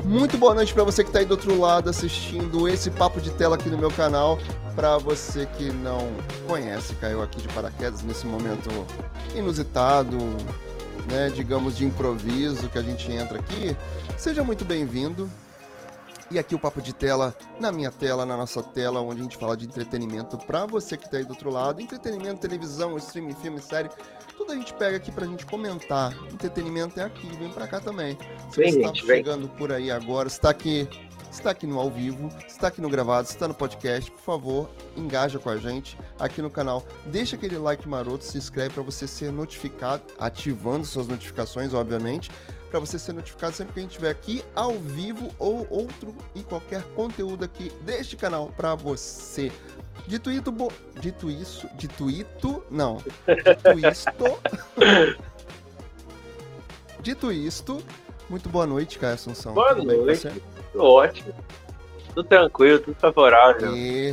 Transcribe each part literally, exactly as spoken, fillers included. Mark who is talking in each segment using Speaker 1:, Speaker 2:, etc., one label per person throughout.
Speaker 1: Muito boa noite para você que está aí do outro lado assistindo esse papo de tela aqui no meu canal. Para você que não conhece, caiu aqui de paraquedas nesse momento inusitado, né, digamos de improviso que a gente entra aqui, seja muito bem-vindo. E aqui o papo de tela, na minha tela, na nossa tela, onde a gente fala de entretenimento para você que tá aí do outro lado. Entretenimento, televisão, streaming, filme, série, tudo a gente pega aqui pra gente comentar. Entretenimento é aqui, vem pra cá também. Se
Speaker 2: Vem,
Speaker 1: você
Speaker 2: gente,
Speaker 1: tá
Speaker 2: vem.
Speaker 1: chegando por aí agora, está aqui, está aqui no ao vivo, está aqui no gravado, está no podcast, por favor, engaja com a gente aqui no canal. Deixa aquele like maroto, se inscreve para você ser notificado, ativando suas notificações, obviamente, para você ser notificado sempre que a gente estiver aqui ao vivo ou outro e qualquer conteúdo aqui deste canal para você. Dito isso, bo... dito isso, dito isso, não, dito isto, dito isto, muito boa noite, Caio Assunção.
Speaker 2: Boa
Speaker 1: Tudo bem com
Speaker 2: noite,
Speaker 1: você?
Speaker 2: tudo ótimo, tudo tranquilo, tudo favorável.
Speaker 1: E...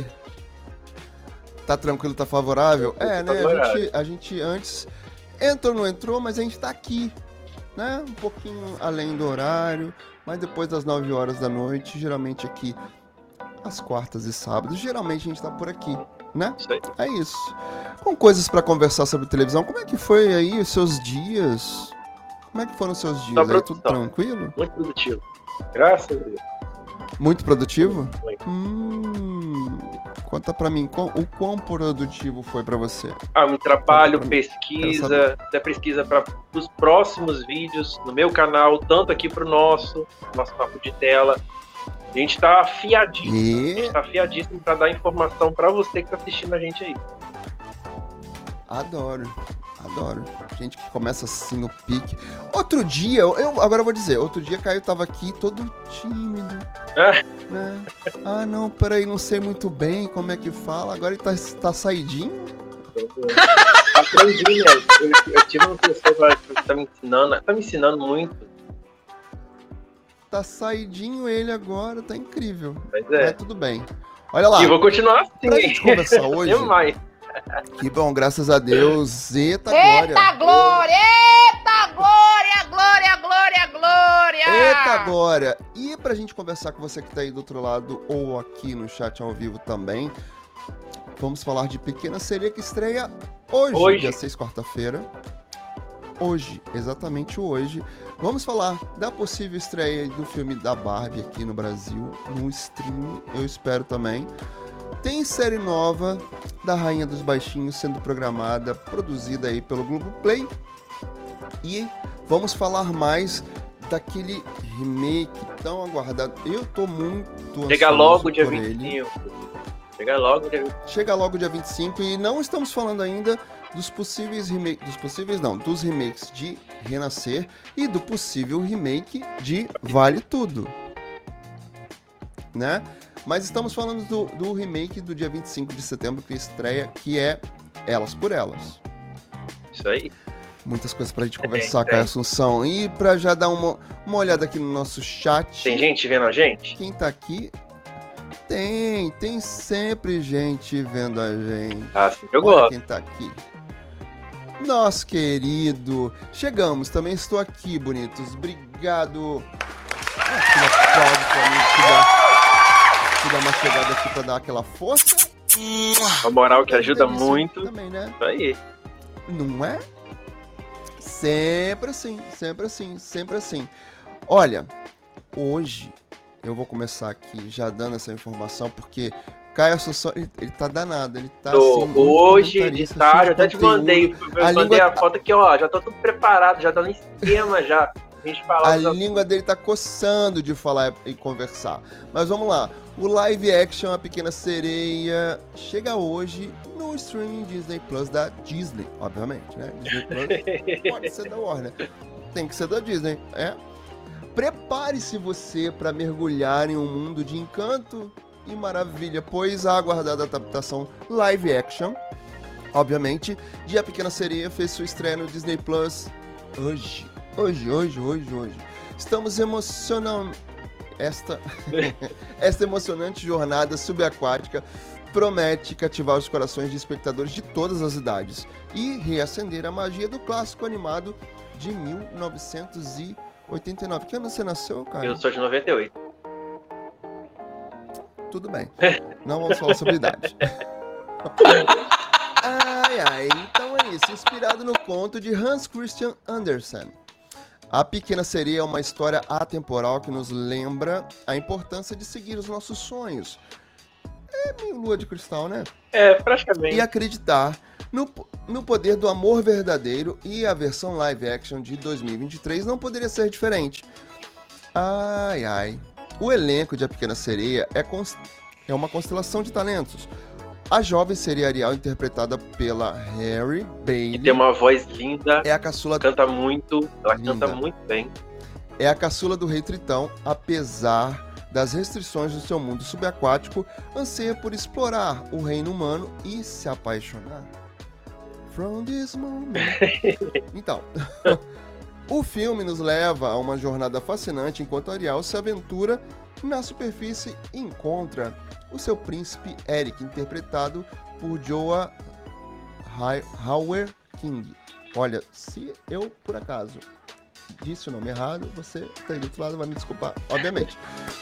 Speaker 1: Tá tranquilo, tá favorável?
Speaker 2: Tudo
Speaker 1: É, né, a
Speaker 2: favorável.
Speaker 1: gente, a gente antes entrou, não entrou, mas a gente tá aqui, né, um pouquinho além do horário, mas depois das nove horas da noite, geralmente aqui, às quartas e sábados, geralmente a gente tá por aqui, né?
Speaker 2: Isso aí.
Speaker 1: É isso. Com coisas pra conversar sobre televisão, como é que foi aí os seus dias? Como é que foram os seus dias?
Speaker 2: Só
Speaker 1: Aí, tudo
Speaker 2: produção.
Speaker 1: tranquilo?
Speaker 2: Muito produtivo. Graças a Deus.
Speaker 1: Muito produtivo?
Speaker 2: Muito.
Speaker 1: Hum, conta pra mim, qual- o quão produtivo foi pra você?
Speaker 2: Ah, muito trabalho,
Speaker 1: Conta pra mim.
Speaker 2: pesquisa, até pesquisa para os próximos vídeos no meu canal, tanto aqui pro nosso, nosso papo de tela. A gente tá afiadíssimo, a
Speaker 1: E
Speaker 2: gente tá afiadíssimo para dar informação para você que tá assistindo a gente aí.
Speaker 1: adoro, adoro. Gente que começa assim no pique. Outro dia, eu agora eu vou dizer, outro dia Caio tava aqui todo tímido,
Speaker 2: Ah,
Speaker 1: né? Ah, não, peraí, não sei muito bem como é que fala. Agora ele tá, tá saidinho?
Speaker 2: aprendi, né? Eu, eu tive uma pessoa que tá me ensinando, tá me ensinando muito,
Speaker 1: Tá saidinho ele agora, tá incrível.
Speaker 2: mas
Speaker 1: Mas
Speaker 2: é.
Speaker 1: tudo bem. Olha lá,
Speaker 2: E vou continuar assim.
Speaker 1: pra gente conversar hoje,
Speaker 2: Demais.
Speaker 1: que bom, graças a Deus, eita
Speaker 3: Eita
Speaker 1: glória.
Speaker 3: glória! Eita glória! Glória, glória, glória!
Speaker 1: Eita glória! E pra gente conversar com você que tá aí do outro lado ou aqui no chat ao vivo também, vamos falar de Pequena Sereia que estreia hoje,
Speaker 2: Hoje.
Speaker 1: dia seis, quarta-feira. Hoje, exatamente hoje. Vamos falar da possível estreia do filme da Barbie aqui no Brasil, no stream, eu espero também. Tem série nova da Rainha dos Baixinhos sendo programada, produzida aí pelo Globoplay. E vamos falar mais daquele remake tão aguardado. Eu tô muito
Speaker 2: Chega
Speaker 1: ansioso
Speaker 2: logo dia
Speaker 1: por
Speaker 2: vinte e
Speaker 1: ele.
Speaker 2: cinco. Chega logo dia vinte e cinco.
Speaker 1: Chega logo dia vinte e cinco e não estamos falando ainda dos possíveis remakes, dos possíveis não, dos remakes de Renascer e do possível remake de Vale Tudo, né? Mas estamos falando do, do remake do dia vinte e cinco de setembro que estreia, que é Elas por Elas.
Speaker 2: Isso aí.
Speaker 1: Muitas coisas pra gente
Speaker 2: Tem,
Speaker 1: conversar,
Speaker 2: tem.
Speaker 1: Caio Assunção. E pra já dar uma, uma olhada aqui no nosso chat.
Speaker 2: Tem gente vendo a gente?
Speaker 1: Quem tá aqui? Tem, tem sempre gente vendo a gente.
Speaker 2: Ah, sim, eu
Speaker 1: Olha
Speaker 2: gosto.
Speaker 1: quem tá aqui. Nosso querido. Chegamos, também estou aqui, bonitos. Obrigado. Aquele aplauso pra mim que dá, que dá uma chegada aqui pra dar aquela força.
Speaker 2: A moral que ajuda
Speaker 1: Delícia
Speaker 2: muito.
Speaker 1: também, né?
Speaker 2: Isso aí.
Speaker 1: Não é? Sempre assim, sempre assim, sempre assim. Olha, hoje eu vou começar aqui já dando essa informação, porque Caio Assunção, ele, ele tá danado, ele tá
Speaker 2: Tô,
Speaker 1: assim, muito
Speaker 2: hoje de
Speaker 1: comentarista,
Speaker 2: tarde, eu
Speaker 1: cheio de
Speaker 2: até te
Speaker 1: conteúdo.
Speaker 2: mandei. Eu
Speaker 1: A
Speaker 2: mandei
Speaker 1: língua-
Speaker 2: a foto aqui, ó. Já tô tudo preparado, já tá no esquema já. A gente fala.
Speaker 1: A língua dele tá coçando de falar e conversar. Mas vamos lá. O live action A Pequena Sereia chega hoje no streaming Disney Plus da Disney, obviamente, né? Disney Plus pode ser da Warner. Tem que ser da Disney, é? Prepare-se você para mergulhar em um mundo de encanto e maravilha, pois a aguardada adaptação live action, obviamente, de A Pequena Sereia fez sua estreia no Disney Plus hoje. Hoje, hoje, hoje, hoje. Estamos emocionando. Esta, esta emocionante jornada subaquática promete cativar os corações de espectadores de todas as idades e reacender a magia do clássico animado de mil novecentos e oitenta e nove. Que ano você nasceu, cara?
Speaker 2: Eu sou de noventa e oito.
Speaker 1: Tudo bem. Não vamos falar sobre idade. Ai, ai. Então é isso. Inspirado no conto de Hans Christian Andersen. A Pequena Sereia é uma história atemporal que nos lembra a importância de seguir os nossos sonhos. É meio lua de cristal, né?
Speaker 2: É, praticamente.
Speaker 1: E acreditar no, no poder do amor verdadeiro, e a versão live action de dois mil e vinte e três não poderia ser diferente. Ai, ai. O elenco de A Pequena Sereia é, const... é uma constelação de talentos. A jovem sereia Ariel, interpretada pela Harry Bailey,
Speaker 2: E tem uma voz linda,
Speaker 1: é a caçula
Speaker 2: canta muito, ela
Speaker 1: Linda.
Speaker 2: canta muito bem.
Speaker 1: é a caçula do Rei Tritão, apesar das restrições do seu mundo subaquático, anseia por explorar o reino humano e se apaixonar. From this moment. Então, o filme nos leva a uma jornada fascinante enquanto Ariel se aventura na superfície e encontra o seu príncipe Eric, interpretado por Joa Hauer King. Olha, se eu, por acaso, disse o nome errado, você que tá aí do outro lado vai me desculpar, obviamente.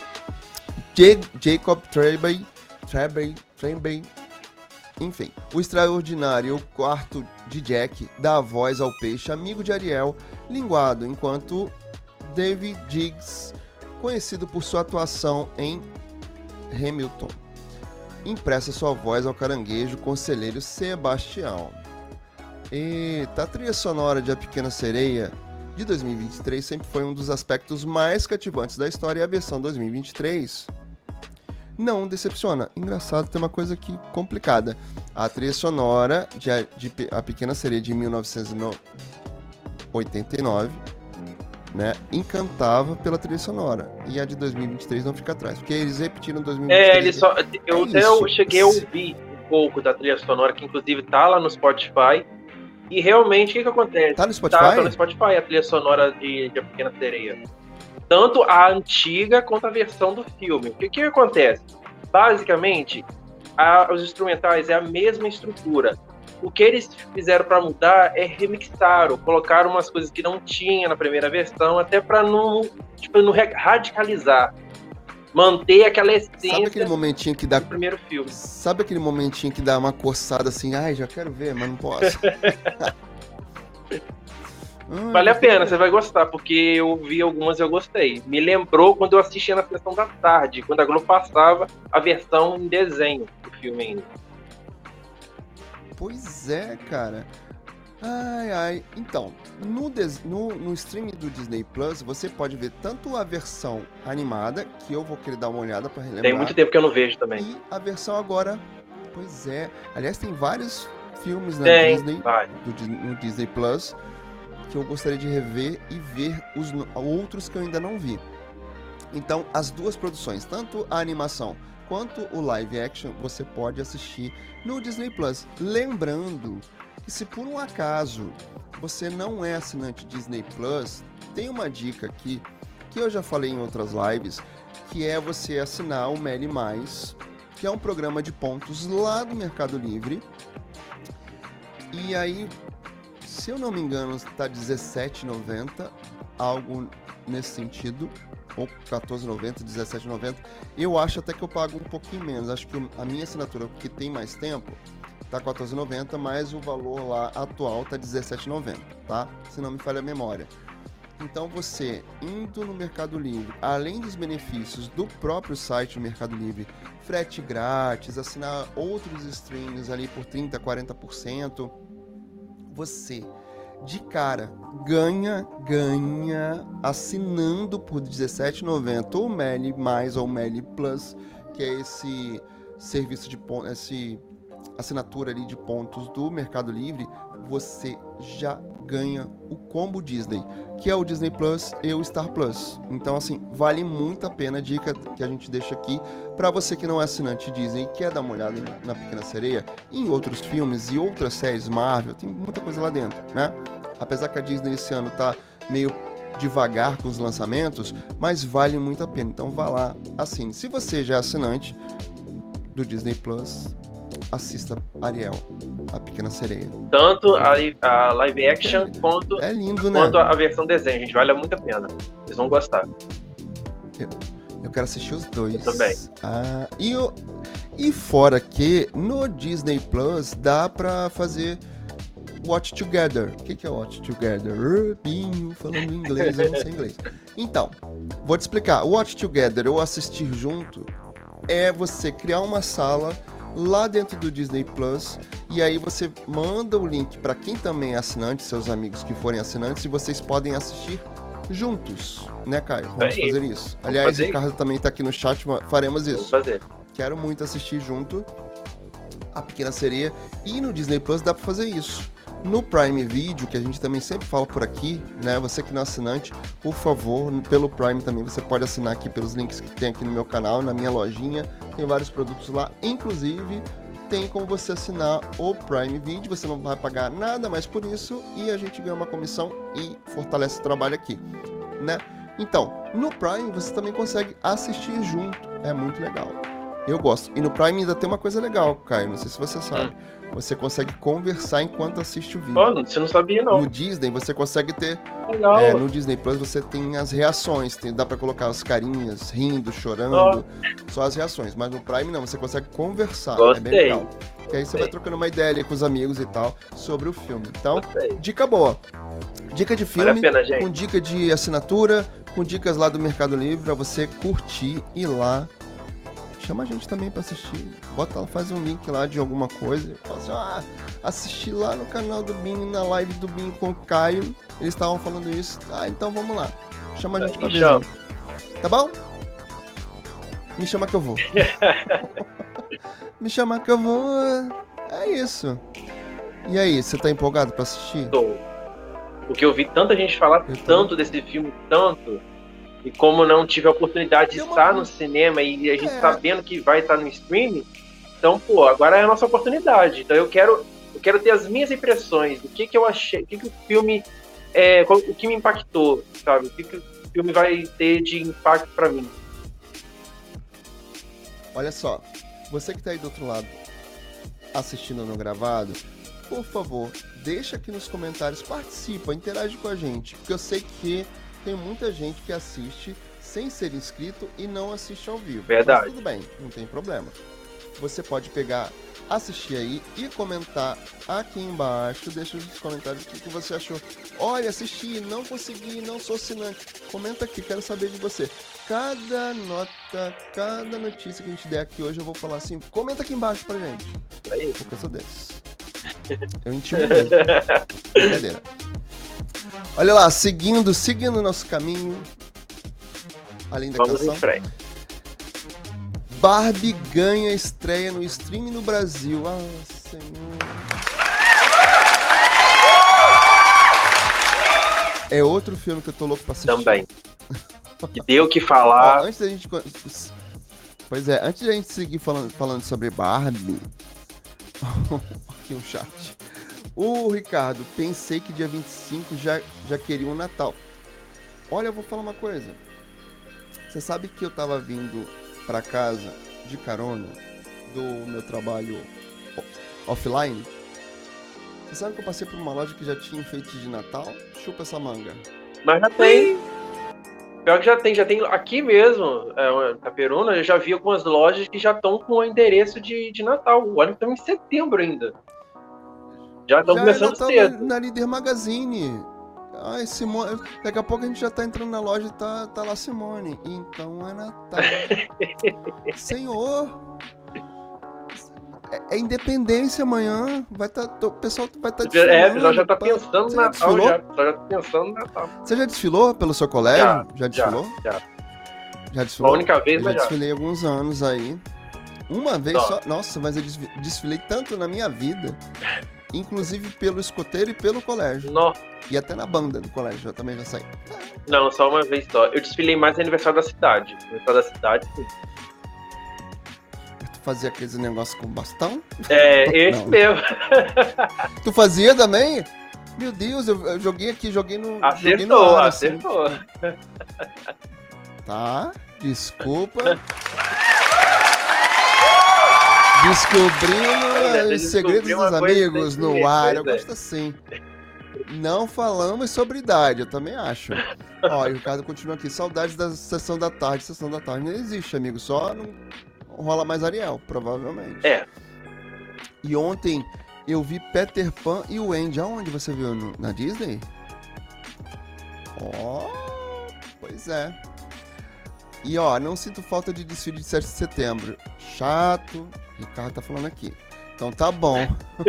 Speaker 1: J- Jacob Tremblay, Tremblay, Tremblay, enfim, o extraordinário quarto de Jack dá a voz ao peixe amigo de Ariel, linguado, enquanto David Diggs, conhecido por sua atuação em Hamilton, empresta sua voz ao caranguejo conselheiro Sebastião. Eita, a trilha sonora de A Pequena Sereia de dois mil e vinte e três sempre foi um dos aspectos mais cativantes da história, e a versão dois mil e vinte e três não decepciona. Engraçado, tem uma coisa aqui complicada. A trilha sonora de A, de A Pequena Sereia de mil novecentos e oitenta e nove, né, encantava pela trilha sonora, e a de dois mil e vinte e três não fica atrás, porque eles repetiram dois mil e vinte e três.
Speaker 2: É, ele só, eu
Speaker 1: É
Speaker 2: até
Speaker 1: isso.
Speaker 2: eu cheguei a ouvir um pouco da trilha sonora, que inclusive tá lá no Spotify, e realmente o que que acontece?
Speaker 1: Tá no Spotify?
Speaker 2: Tá, tá no Spotify a trilha sonora de, de A Pequena Sereia. Tanto a antiga quanto a versão do filme. O que que acontece? Basicamente, a, os instrumentais é a mesma estrutura. O que eles fizeram para mudar é remixaram, colocaram umas coisas que não tinha na primeira versão, até para não, tipo, não radicalizar, manter aquela essência.
Speaker 1: Sabe aquele momentinho que dá
Speaker 2: do primeiro filme.
Speaker 1: Sabe aquele momentinho que dá uma coçada assim, ai, já quero ver, mas não posso. Ai,
Speaker 2: Vale a
Speaker 1: que
Speaker 2: pena,
Speaker 1: legal.
Speaker 2: você vai gostar, porque eu vi algumas e eu gostei. Me lembrou quando eu assistia na sessão da tarde, quando a Globo passava a versão em desenho do filme ainda.
Speaker 1: Pois é, cara. Ai, ai. Então, no, des... no, no streaming do Disney Plus, você pode ver tanto a versão animada, que eu vou querer dar uma olhada pra relembrar,
Speaker 2: Tem muito tempo que eu não vejo também.
Speaker 1: e a versão agora. Pois é. Aliás, tem vários filmes na
Speaker 2: Tem,
Speaker 1: Disney,
Speaker 2: vai.
Speaker 1: do, Dis- no Disney Plus, que eu gostaria de rever e ver os no- outros que eu ainda não vi. Então, as duas produções, tanto a animação quanto o live action, você pode assistir no Disney Plus. Lembrando que, se por um acaso você não é assinante Disney Plus, tem uma dica aqui que eu já falei em outras lives, que é você assinar o Meli Mais, que é um programa de pontos lá do Mercado Livre. E aí, se eu não me engano, está dezessete reais e noventa centavos, algo nesse sentido, ou quatorze reais e noventa centavos, dezessete reais e noventa centavos. Eu acho até que eu pago um pouquinho menos. Acho que a minha assinatura, que tem mais tempo, tá quatorze reais e noventa centavos, mas o valor lá atual tá dezessete reais e noventa centavos, tá? Se não me falha a memória. Então você, indo no Mercado Livre, além dos benefícios do próprio site do Mercado Livre, frete grátis, assinar outros streams ali por trinta, quarenta por cento, você, de cara, ganha, ganha, assinando por dezessete reais e noventa centavos o Meli Mais ou o Meli Plus, que é esse serviço de pontos, esse assinatura ali de pontos do Mercado Livre, você já ganha o combo Disney, que é o Disney Plus e o Star Plus. Então, assim, vale muito a pena a dica que a gente deixa aqui para você que não é assinante Disney e quer dar uma olhada na Pequena Sereia, em outros filmes e outras séries Marvel, tem muita coisa lá dentro, né? Apesar que a Disney esse ano tá meio devagar com os lançamentos, mas vale muito a pena. Então vá lá, assine. Se você já é assinante do Disney Plus, assista Ariel, a Pequena Sereia.
Speaker 2: Tanto a, a live action quanto,
Speaker 1: É lindo, né?
Speaker 2: quanto a, a versão desenho, gente. Vale muito a pena. Vocês vão gostar.
Speaker 1: Eu, eu quero assistir os dois.
Speaker 2: Eu também.
Speaker 1: Ah, e, o, e fora que no Disney Plus dá pra fazer Watch Together. O que, que é Watch Together? Uh, Binho, falando inglês, eu não sei inglês. Então, vou te explicar. Watch Together, ou assistir junto, é você criar uma sala lá dentro do Disney Plus, e aí você manda o link para quem também é assinante, seus amigos que forem assinantes, e vocês podem assistir juntos, né, Caio? Vamos
Speaker 2: Bem,
Speaker 1: fazer isso. Aliás,
Speaker 2: fazer
Speaker 1: o Ricardo também tá aqui no chat, faremos
Speaker 2: Vamos
Speaker 1: isso.
Speaker 2: fazer.
Speaker 1: Quero muito assistir junto a Pequena Sereia, e no Disney Plus dá para fazer isso. No Prime Video, que a gente também sempre fala por aqui, né? Você que não é assinante, por favor, pelo Prime também você pode assinar aqui pelos links que tem aqui no meu canal, na minha lojinha. Tem vários produtos lá, inclusive tem como você assinar o Prime Video, você não vai pagar nada mais por isso e a gente ganha uma comissão e fortalece o trabalho aqui, né? Então, no Prime você também consegue assistir junto, é muito legal. Eu gosto. E no Prime ainda tem uma coisa legal, Caio, não sei se você sabe. Você consegue conversar enquanto assiste o vídeo.
Speaker 2: Oh, você não sabia, não.
Speaker 1: No Disney, você consegue ter...
Speaker 2: Legal.
Speaker 1: É, no Disney Plus, você tem as reações. Tem, dá pra colocar as carinhas, rindo, chorando.
Speaker 2: Oh.
Speaker 1: Só as reações. Mas no Prime, não. Você consegue conversar.
Speaker 2: Gostei.
Speaker 1: É bem legal. Que aí você
Speaker 2: Gostei.
Speaker 1: vai trocando uma ideia ali com os amigos e tal sobre o filme. Então,
Speaker 2: Gostei.
Speaker 1: dica boa. Dica de filme,
Speaker 2: Vale a pena, gente.
Speaker 1: com dica de assinatura, com dicas lá do Mercado Livre, pra você curtir e ir lá. Chama a gente também pra assistir. Bota lá, faz um link lá de alguma coisa. Fala assim, ah, assisti lá no canal do Binho, na live do Binho com o Caio. Eles estavam falando isso. Ah, então vamos lá. Chama a gente pra
Speaker 2: Me
Speaker 1: ver.
Speaker 2: chama.
Speaker 1: Tá bom? Me chama que eu vou. Me chama que eu vou. É isso. E aí, você tá empolgado pra assistir?
Speaker 2: Tô. Porque eu vi tanta gente falar
Speaker 1: Eu tô.
Speaker 2: tanto desse filme, tanto. E como não tive a oportunidade de
Speaker 1: Deu uma-
Speaker 2: estar no cinema e a gente
Speaker 1: É.
Speaker 2: sabendo que vai estar no streaming, então, pô, agora é a nossa oportunidade. Então eu quero, eu quero ter as minhas impressões, do que que eu achei, o que que o filme, é, qual- o que me impactou, sabe? O que que o filme vai ter de impacto pra mim.
Speaker 1: Olha só, você que tá aí do outro lado assistindo no gravado, por favor, deixa aqui nos comentários, participa, interage com a gente, porque eu sei que tem muita gente que assiste sem ser inscrito e não assiste ao vivo.
Speaker 2: Verdade.
Speaker 1: Mas tudo bem, não tem problema. Você pode pegar, assistir aí e comentar aqui embaixo, deixa nos comentários o que que você achou. Olha, assisti, não consegui, não sou assinante. Comenta aqui, quero saber de você. Cada nota, cada notícia que a gente der aqui hoje, eu vou falar assim, comenta aqui embaixo pra gente.
Speaker 2: Aí.
Speaker 1: Porque eu sou desses. Eu intimo mesmo. Brincadeira. Olha lá, seguindo, seguindo o nosso caminho. Além da
Speaker 2: Vamos
Speaker 1: canção.
Speaker 2: em frente.
Speaker 1: Barbie ganha estreia no streaming no Brasil. Ah, senhor. É outro filme que eu tô louco pra assistir.
Speaker 2: Também. E deu o que
Speaker 1: Ó,
Speaker 2: falar.
Speaker 1: antes da gente... Pois é, antes da gente seguir falando, falando sobre Barbie... Aqui um chat. O Ricardo, pensei que dia vinte e cinco já, já queria um Natal. Olha, eu vou falar uma coisa. Você sabe que eu tava vindo pra casa de carona do meu trabalho o- offline? Você sabe que eu passei por uma loja que já tinha enfeite de Natal? Chupa essa manga.
Speaker 2: Mas já tem. Pior que já tem, já tem aqui mesmo, é, na Peruna, eu já vi algumas lojas que já estão com o endereço de, de Natal. Olha, estamos em setembro ainda. Já estão
Speaker 1: Já é
Speaker 2: começando
Speaker 1: Natal
Speaker 2: cedo.
Speaker 1: na, na Líder Magazine. Ai, Simone. Daqui a pouco a gente já tá entrando na loja e tá, tá lá Simone. Então é Natal. Senhor! É, é independência amanhã. Vai tá, o pessoal vai estar tá desfilando.
Speaker 2: É, o pessoal já tá
Speaker 1: pá.
Speaker 2: pensando
Speaker 1: Você
Speaker 2: no
Speaker 1: já
Speaker 2: Natal,
Speaker 1: desfilou?
Speaker 2: já. O pessoal já tá pensando no Natal.
Speaker 1: Você já desfilou pelo seu colégio? Já,
Speaker 2: Já,
Speaker 1: desfilou?
Speaker 2: Já.
Speaker 1: Já
Speaker 2: A
Speaker 1: desfilou?
Speaker 2: única vez,
Speaker 1: Eu já
Speaker 2: mas já.
Speaker 1: desfilei alguns anos aí. Uma vez
Speaker 2: Só.
Speaker 1: só. Nossa, mas eu desfi- desfilei tanto na minha vida. Inclusive pelo escoteiro e pelo colégio.
Speaker 2: Não,
Speaker 1: E até na banda do colégio, eu também já saí.
Speaker 2: não, só uma vez só. Eu desfilei mais no aniversário da cidade. No aniversário da cidade, sim.
Speaker 1: Tu fazia aqueles negócios com bastão?
Speaker 2: É, esse
Speaker 1: Não.
Speaker 2: mesmo.
Speaker 1: Tu fazia também? Meu Deus, eu, eu joguei aqui, joguei no. joguei no
Speaker 2: Acertou,
Speaker 1: ar, assim.
Speaker 2: acertou.
Speaker 1: Tá, desculpa. Descobrindo os segredos
Speaker 2: Descobri uma
Speaker 1: dos
Speaker 2: coisa
Speaker 1: amigos
Speaker 2: desse
Speaker 1: no
Speaker 2: jeito,
Speaker 1: ar, eu
Speaker 2: pois é.
Speaker 1: gosto assim. Não falamos sobre idade, eu também acho. Ó, e o Ricardo continua aqui. Saudades da sessão da tarde. Sessão da tarde não existe, amigo. Só não rola mais Ariel, provavelmente.
Speaker 2: É.
Speaker 1: E ontem eu vi Peter Pan e o Andy. Aonde você viu? No- na Disney? Ó, pois é. E ó, não sinto falta de desfile de sete de setembro. Chato. Ricardo tá falando aqui. Então tá bom.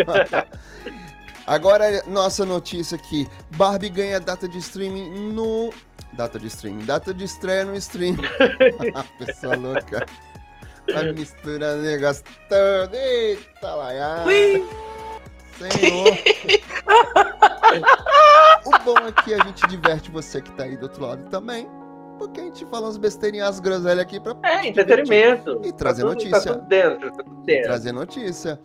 Speaker 1: Agora, nossa notícia aqui. Barbie ganha data de streaming no... Data de streaming. Data de estreia no stream. Pessoa louca. Vai misturando o negócio todo. Eita, lá. Senhor. O bom é que a gente diverte você que tá aí do outro lado também. Porque a gente fala uns besteirinhas groselhas aqui pra
Speaker 2: É,
Speaker 1: te
Speaker 2: entretenimento.
Speaker 1: E trazer
Speaker 2: Tá tudo-
Speaker 1: notícia.
Speaker 2: Tá tudo dentro, tá tudo dentro.
Speaker 1: trazer notícia.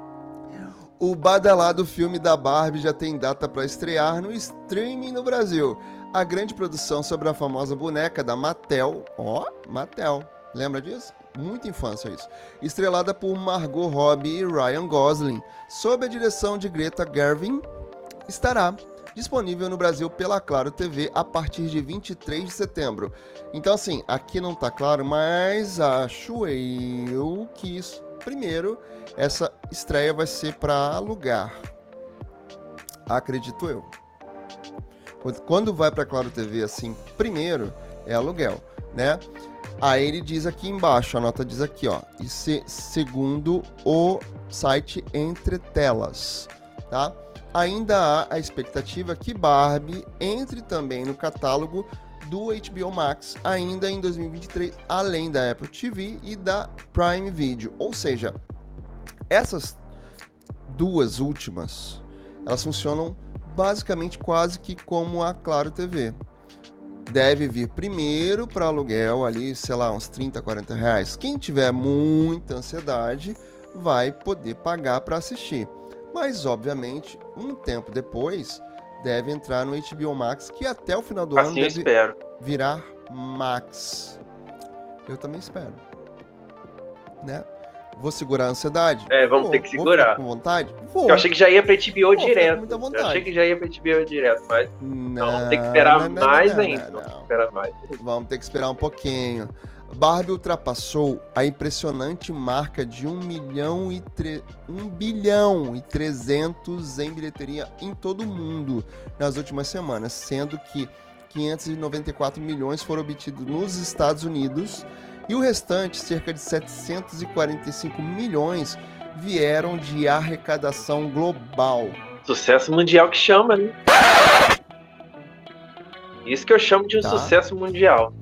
Speaker 1: O badalado filme da Barbie já tem data para estrear no streaming no Brasil. A grande produção sobre a famosa boneca da Mattel, ó, Mattel, lembra disso? Muita infância isso. Estrelada por Margot Robbie e Ryan Gosling, sob a direção de Greta Gerwig, estará disponível no Brasil pela Claro T V a partir de vinte e três de setembro. Então assim, aqui não tá claro, mas acho eu que isso, primeiro, essa estreia vai ser para alugar. Acredito eu. Quando- Quando vai para Claro T V assim, primeiro é aluguel, né? Aí ele diz aqui embaixo, a nota diz aqui, ó, e se- segundo o site Entre Telas, tá? Ainda há a expectativa que Barbie entre também no catálogo do H B O Max ainda em dois mil e vinte e três, além da Apple T V e da Prime Video. Ou seja, essas duas últimas, elas funcionam basicamente quase que como a Claro T V. Deve vir primeiro para aluguel ali, sei lá, uns trinta, quarenta reais. Quem tiver muita ansiedade vai poder pagar para assistir. Mas, obviamente, um tempo depois, deve entrar no H B O Max, que até o final do ano
Speaker 2: Assim eu
Speaker 1: deve
Speaker 2: espero.
Speaker 1: virar Max. Eu também espero. Né? Vou segurar a ansiedade?
Speaker 2: É, vamos
Speaker 1: Vou.
Speaker 2: ter que
Speaker 1: Vou
Speaker 2: segurar.
Speaker 1: ficar com vontade? Vou.
Speaker 2: Eu achei que já ia pra H B O
Speaker 1: Pô, fica com
Speaker 2: direto.
Speaker 1: muita
Speaker 2: Eu
Speaker 1: vontade.
Speaker 2: achei que já ia pra H B O direto, mas
Speaker 1: Não,
Speaker 2: não, tem que esperar
Speaker 1: não, não,
Speaker 2: mais
Speaker 1: não,
Speaker 2: ainda.
Speaker 1: não,
Speaker 2: Tem que
Speaker 1: não.
Speaker 2: esperar mais.
Speaker 1: Vamos ter que esperar um pouquinho. Barbie ultrapassou a impressionante marca de um milhão e tre... um bilhão e trezentos em bilheteria em todo o mundo nas últimas semanas, sendo que quinhentos e noventa e quatro milhões foram obtidos nos Estados Unidos e o restante, cerca de setecentos e quarenta e cinco milhões, vieram de arrecadação global.
Speaker 2: Sucesso mundial que chama, né? Isso que eu chamo de um
Speaker 1: Tá.
Speaker 2: sucesso mundial.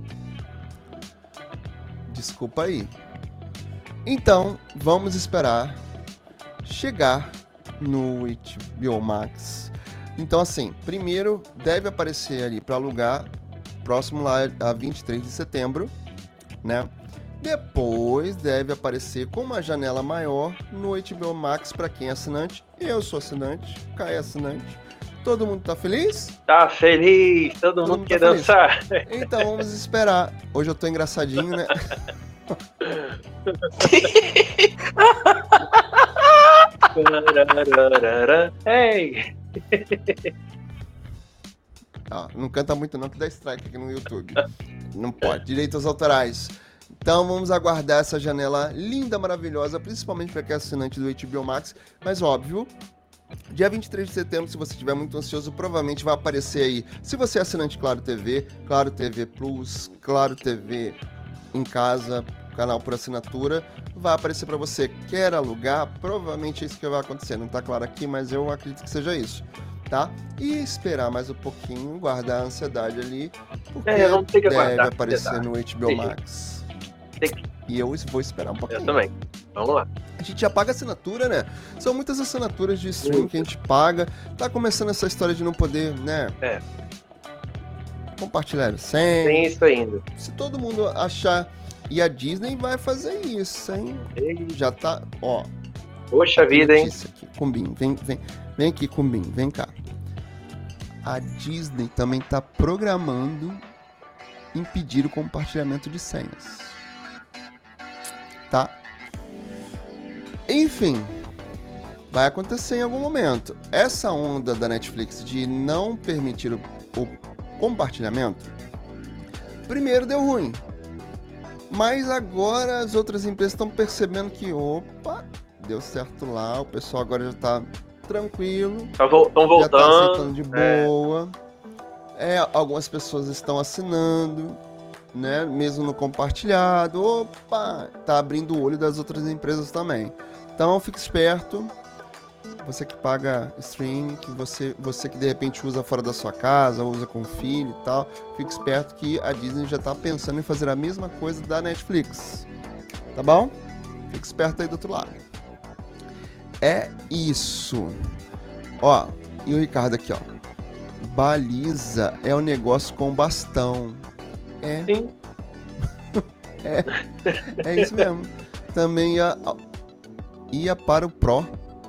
Speaker 1: Desculpa aí. Então, vamos esperar chegar no H B O Max. Então, assim, primeiro deve aparecer ali para alugar, próximo lá a vinte e três de setembro, né? Depois deve aparecer com uma janela maior no H B O Max para quem é assinante. Eu sou assinante, Caio é assinante. Todo mundo tá feliz?
Speaker 2: Tá feliz, todo,
Speaker 1: Todo
Speaker 2: mundo
Speaker 1: mundo
Speaker 2: quer
Speaker 1: tá feliz.
Speaker 2: dançar.
Speaker 1: Então vamos esperar. Hoje eu tô engraçadinho, né?
Speaker 2: Ei!
Speaker 1: Ó, não canta muito não que dá strike aqui no YouTube. Não pode. Direitos autorais. Então vamos aguardar essa janela linda, maravilhosa, principalmente para quem é assinante do H B O Max. Mas óbvio, dia vinte e três de setembro, se você estiver muito ansioso, provavelmente vai aparecer aí. Se você é assinante Claro T V, Claro T V Plus, Claro T V em casa, canal por assinatura, vai aparecer para você. Quer alugar? Provavelmente é isso que vai acontecer. Não tá claro aqui, mas eu acredito que seja isso. Tá? E esperar mais um pouquinho, guardar a ansiedade ali, porque
Speaker 2: É, vamos ter que
Speaker 1: deve
Speaker 2: aguardar a
Speaker 1: aparecer
Speaker 2: ansiedade.
Speaker 1: no H B O
Speaker 2: Tem-
Speaker 1: Max.
Speaker 2: tem que-
Speaker 1: E eu vou esperar um pouquinho.
Speaker 2: Eu também. Vamos lá.
Speaker 1: A gente já paga assinatura, né? São muitas assinaturas de stream que a gente paga. Tá começando essa história de não poder, né?
Speaker 2: É.
Speaker 1: Compartilhar sem.
Speaker 2: Tem isso ainda.
Speaker 1: Se todo mundo achar. E a Disney vai fazer isso, hein?
Speaker 2: Ei,
Speaker 1: Já tá. Ó.
Speaker 2: Poxa
Speaker 1: tem
Speaker 2: vida, hein?
Speaker 1: notícia aqui. Cumbim, vem, vem. Vem aqui, Cumbim, vem cá. A Disney também tá programando impedir o compartilhamento de senhas. Tá? Enfim, vai acontecer em algum momento. Essa onda da Netflix de não permitir o, o compartilhamento, primeiro deu ruim. Mas agora as outras empresas estão percebendo que, opa, deu certo lá, o pessoal agora já tá tranquilo.
Speaker 2: Estão voltando.
Speaker 1: Já tá aceitando de boa. É. É, algumas pessoas estão assinando, né? Mesmo no compartilhado. Opa, tá abrindo o olho das outras empresas também. Então fique esperto. Você que paga streaming, que você, você que de repente usa fora da sua casa, usa com filho e tal, fique esperto que a Disney já tá pensando em fazer a mesma coisa da Netflix. Tá bom? Fique esperto aí do outro lado. É isso. Ó, e o Ricardo aqui, ó. Baliza é um negócio com bastão. É.
Speaker 2: Sim.
Speaker 1: é. É isso mesmo. Também ia, ia para o Pro.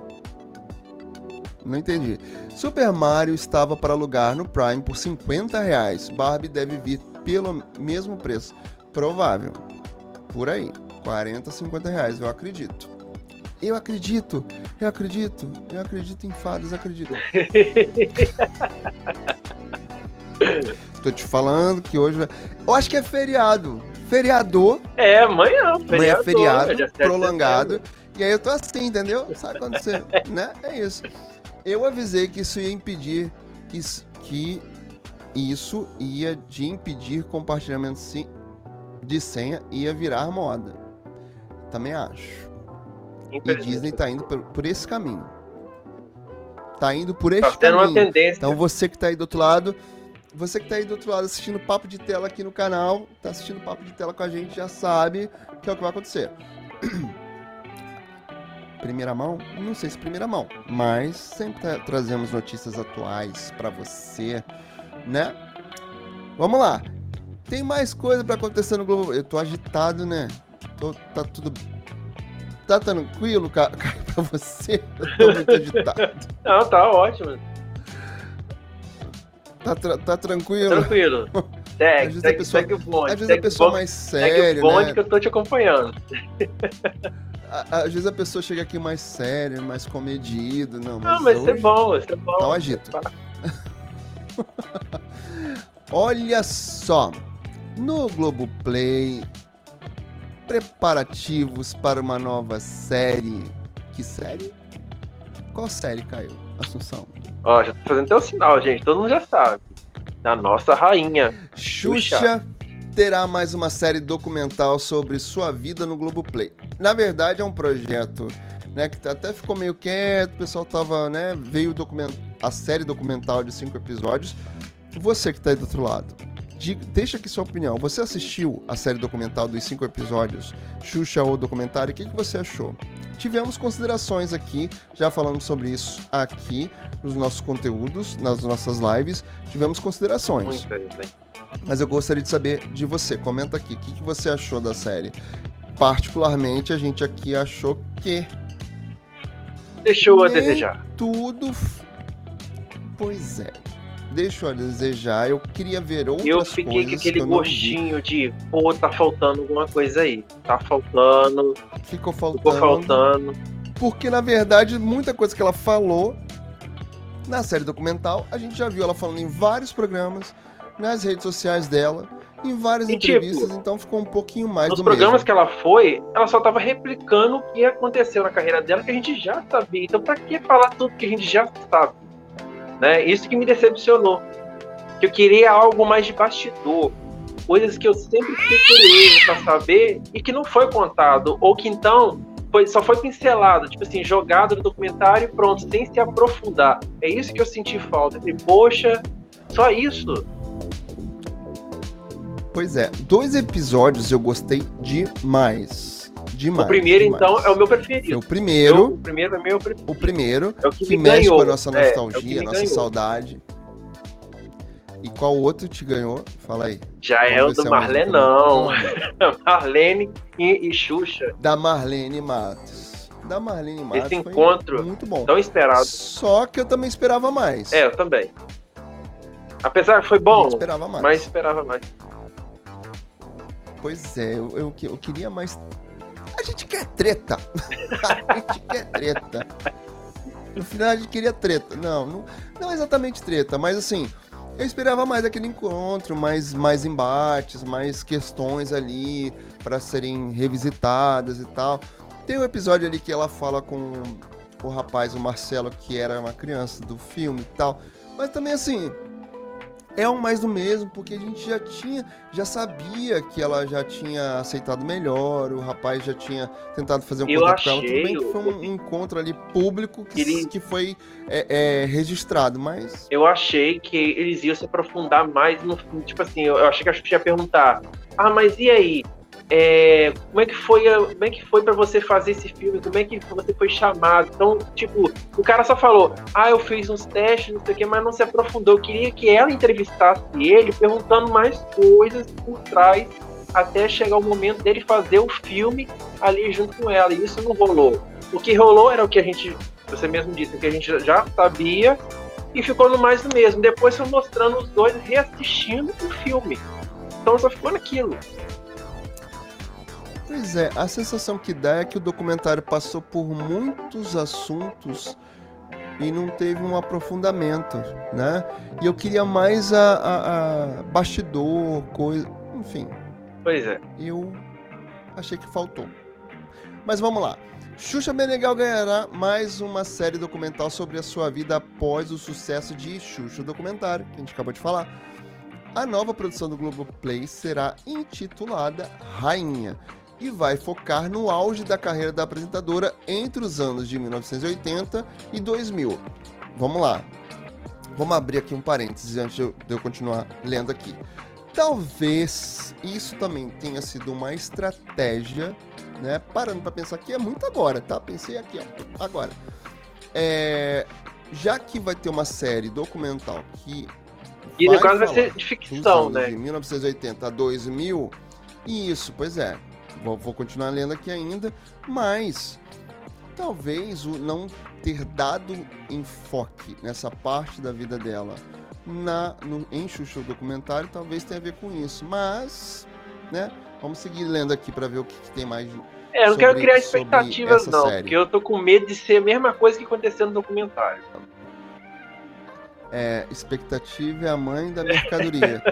Speaker 1: Não entendi. Super Mario estava para alugar no Prime por cinquenta reais. Barbie deve vir pelo mesmo preço. Provável. Por aí. quarenta, cinquenta reais, eu acredito. Eu acredito, eu acredito, eu acredito em fadas, acredito. Tô te falando que hoje... Eu acho que é feriado. Feriador.
Speaker 2: É, amanhã.
Speaker 1: Amanhã é feriado, prolongado. E aí eu tô assim, entendeu? Sabe quando você... né? É isso. Eu avisei que isso ia impedir... Que, que isso ia de impedir compartilhamento de senha, ia virar moda. Também acho. E Disney tá indo por, por esse caminho. Tá indo por este
Speaker 2: tá tendo
Speaker 1: caminho.
Speaker 2: Uma tendência.
Speaker 1: Então você que tá aí do outro lado, você que tá aí do outro lado assistindo Papo de Tela aqui no canal, tá assistindo Papo de Tela com a gente, já sabe que é o que vai acontecer. Primeira mão? Não sei se primeira mão, mas sempre tra- trazemos notícias atuais pra você, né? Vamos lá. Tem mais coisa pra acontecer no Globo. Eu tô agitado, né? Tô, tá tudo... Tá tranquilo, cara, pra você? Eu tô muito agitado.
Speaker 2: Não, tá ótimo.
Speaker 1: Tá, tra- tá tranquilo?
Speaker 2: Tranquilo. Segue,
Speaker 1: Às
Speaker 2: segue,
Speaker 1: pessoa,
Speaker 2: segue o bonde.
Speaker 1: Às vezes
Speaker 2: segue
Speaker 1: a pessoa
Speaker 2: bonde,
Speaker 1: mais
Speaker 2: segue
Speaker 1: séria,
Speaker 2: o bonde
Speaker 1: né?
Speaker 2: que eu tô te acompanhando.
Speaker 1: Às vezes a pessoa chega aqui mais séria, mais comedido. Não, mas,
Speaker 2: Não, mas
Speaker 1: hoje...
Speaker 2: isso é bom, isso é bom.
Speaker 1: Tá um agito. Olha só. No Globoplay... Preparativos para uma nova série. Que série? Qual série, Caio? Assunção.
Speaker 2: Ó, já tô fazendo até o sinal, gente. Todo mundo já sabe. Da nossa rainha.
Speaker 1: Xuxa,
Speaker 2: Xuxa
Speaker 1: terá mais uma série documental sobre sua vida no Globoplay. Na verdade, é um projeto, né, que até ficou meio quieto. O pessoal tava, né, veio document... a série documental de cinco episódios. Você que tá aí do outro lado, diga, deixa aqui sua opinião. Você assistiu a série documental dos cinco episódios, Xuxa ou documentário? O que, que você achou? Tivemos considerações aqui, já falamos sobre isso aqui nos nossos conteúdos, nas nossas lives. Tivemos considerações.
Speaker 2: Muito bem.
Speaker 1: Mas eu gostaria de saber de você. Comenta aqui, o que, que você achou da série? Particularmente, a gente aqui achou que...
Speaker 2: Deixou a
Speaker 1: nem
Speaker 2: desejar.
Speaker 1: Tudo... Pois é. Deixou a desejar. Eu queria ver outras
Speaker 2: Eu
Speaker 1: coisas.
Speaker 2: fiquei com aquele
Speaker 1: que eu não vi.
Speaker 2: gostinho de, pô, tá faltando alguma coisa aí. Tá faltando,
Speaker 1: Ficou faltando.
Speaker 2: ficou faltando.
Speaker 1: Porque, na verdade, muita coisa que ela falou na série documental, a gente já viu ela falando em vários programas, nas redes sociais dela, em várias
Speaker 2: E,
Speaker 1: entrevistas,
Speaker 2: tipo,
Speaker 1: então ficou um pouquinho mais
Speaker 2: Nos
Speaker 1: do
Speaker 2: programas
Speaker 1: mesmo.
Speaker 2: que ela foi, ela só tava replicando o que aconteceu na carreira dela, que a gente já sabia. Então, pra que falar tudo que a gente já sabe? Né? Isso que me decepcionou. Que eu queria algo mais de bastidor. Coisas que eu sempre fiquei curioso pra saber e que não foi contado. Ou que então foi, só foi pincelado, tipo assim, jogado no documentário e pronto, sem se aprofundar. É isso que eu senti falta. Eu falei, poxa, só isso.
Speaker 1: Pois é, dois episódios eu gostei demais. Demais.
Speaker 2: O primeiro,
Speaker 1: demais.
Speaker 2: então, é o meu
Speaker 1: Foi
Speaker 2: preferido.
Speaker 1: o primeiro,
Speaker 2: Eu, o primeiro é meu preferido.
Speaker 1: o primeiro,
Speaker 2: É o que
Speaker 1: que
Speaker 2: me
Speaker 1: mexe
Speaker 2: ganhou.
Speaker 1: com a nossa
Speaker 2: É, é o que
Speaker 1: nostalgia,
Speaker 2: me
Speaker 1: nossa
Speaker 2: ganhou.
Speaker 1: saudade. E qual outro te ganhou? Fala aí.
Speaker 2: Já é o
Speaker 1: Vamos ver se
Speaker 2: do
Speaker 1: é o mesmo
Speaker 2: Marlenão.
Speaker 1: também.
Speaker 2: Marlene e, e Xuxa.
Speaker 1: Da Marlene Matos. Da Marlene Matos.
Speaker 2: Esse
Speaker 1: foi
Speaker 2: encontro
Speaker 1: muito bom.
Speaker 2: tão esperado.
Speaker 1: Só que eu também esperava mais.
Speaker 2: É, eu também. Apesar que foi
Speaker 1: Eu
Speaker 2: bom,
Speaker 1: esperava mais.
Speaker 2: mas esperava mais.
Speaker 1: Pois é, eu, eu, eu queria mais. A gente quer treta. A gente quer treta. No final a gente queria treta. Não, não, não exatamente treta, mas assim, eu esperava mais aquele encontro, mais, mais embates, mais questões ali para serem revisitadas e tal. Tem um episódio ali que ela fala com o rapaz, o Marcelo, que era uma criança do filme e tal. Mas também assim, é um mais do mesmo, porque a gente já tinha, já sabia que ela já tinha aceitado melhor, o rapaz já tinha tentado fazer um
Speaker 2: Eu
Speaker 1: contato com ela.
Speaker 2: achei
Speaker 1: Tudo bem que foi um
Speaker 2: o-
Speaker 1: encontro ali público que,
Speaker 2: Ele-
Speaker 1: que foi é, é, registrado, mas...
Speaker 2: Eu achei que eles iam se aprofundar mais no filme. Tipo assim, eu eu achei que a Xuxa ia perguntar: ah, mas e aí? É, como é que foi, a- como é que foi para você fazer esse filme? Como é que você foi chamado? Então, tipo, o cara só falou: ah, eu fiz uns testes, não sei o que, mas não se aprofundou. Eu queria que ela entrevistasse ele, perguntando mais coisas por trás, até chegar o momento dele fazer o filme ali junto com ela. E isso não rolou. O que rolou era o que a gente, você mesmo disse, o que a gente já sabia, e ficou no mais do mesmo. Depois foi mostrando os dois reassistindo o filme. Então só ficou naquilo.
Speaker 1: Pois é, a sensação que dá é que o documentário passou por muitos assuntos e não teve um aprofundamento, né? E eu queria mais a, a, a bastidor, coisa, enfim,
Speaker 2: Pois é.
Speaker 1: eu achei que faltou. Mas vamos lá. Xuxa Meneghel ganhará mais uma série documental sobre a sua vida após o sucesso de Xuxa, o documentário, que a gente acabou de falar. A nova produção do Globoplay será intitulada Rainha e vai focar no auge da carreira da apresentadora entre os anos de mil novecentos e oitenta e dois mil. Vamos lá. Vamos abrir aqui um parênteses antes de eu, de eu continuar lendo aqui. Talvez isso também tenha sido uma estratégia, né? Parando para pensar aqui, é muito agora, tá? Pensei aqui, ó, agora. É, já que vai ter uma série documental que
Speaker 2: E no
Speaker 1: vai
Speaker 2: caso vai
Speaker 1: falar
Speaker 2: ser de
Speaker 1: dos
Speaker 2: ficção,
Speaker 1: anos
Speaker 2: né?
Speaker 1: de mil novecentos e oitenta a dois mil, isso, pois é. Vou, vou continuar lendo aqui ainda, mas talvez o não ter dado enfoque nessa parte da vida dela na, no, em Xuxa o documentário talvez tenha a ver com isso, mas, né, vamos seguir lendo aqui para ver o que, que tem mais.
Speaker 2: É, eu não quero
Speaker 1: sobre-
Speaker 2: criar
Speaker 1: sobre
Speaker 2: expectativas,
Speaker 1: essa
Speaker 2: não,
Speaker 1: série.
Speaker 2: porque eu tô com medo de ser a mesma coisa que aconteceu no documentário.
Speaker 1: É, expectativa é a mãe da mercadoria.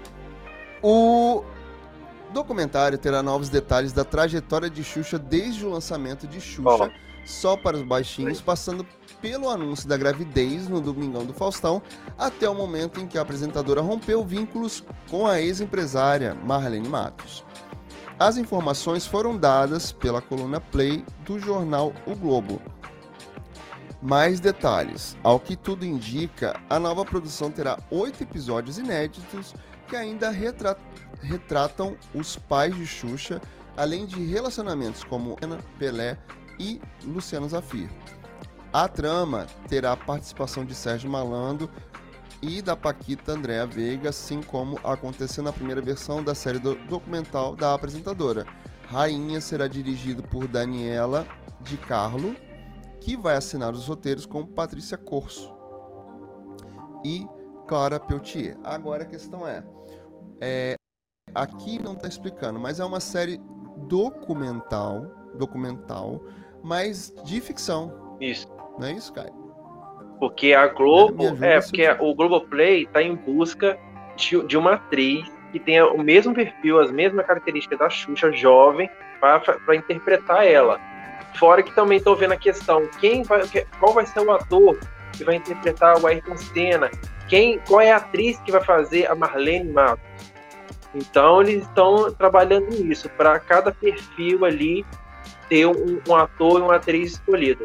Speaker 1: O documentário terá novos detalhes da trajetória de Xuxa desde o lançamento de Xuxa,
Speaker 2: Ó.
Speaker 1: só para os baixinhos, passando pelo anúncio da gravidez no Domingão do Faustão, até o momento em que a apresentadora rompeu vínculos com a ex-empresária Marlene Matos. As informações foram dadas pela coluna Play do jornal O Globo. Mais detalhes. Ao que tudo indica, a nova produção terá oito episódios inéditos que ainda retra- retratam os pais de Xuxa, além de relacionamentos como Ana, Pelé e Luciano Zafir. A trama terá a participação de Sérgio Malandro e da Paquita Andréa Veiga, assim como aconteceu na primeira versão da série do- documental da apresentadora. Rainha será dirigido por Daniela Di Carlo, que vai assinar os roteiros com Patrícia Corso e Clara Peltier. Agora a questão é, é aqui não está explicando, mas é uma série documental, documental, mas de ficção,
Speaker 2: Isso.
Speaker 1: não é isso, Caio?
Speaker 2: Porque a
Speaker 1: Me
Speaker 2: Globo,
Speaker 1: ajuda
Speaker 2: é,
Speaker 1: se
Speaker 2: porque
Speaker 1: eu-
Speaker 2: o Globoplay tá em busca de, de uma atriz que tenha o mesmo perfil, as mesmas características da Xuxa, jovem, para interpretar ela. Fora que também estou vendo a questão, quem vai, qual vai ser o ator que vai interpretar o Ayrton Senna? Quem, qual é a atriz que vai fazer a Marlene Matos? Então eles estão trabalhando nisso, para cada perfil ali ter um, um ator e uma atriz escolhida.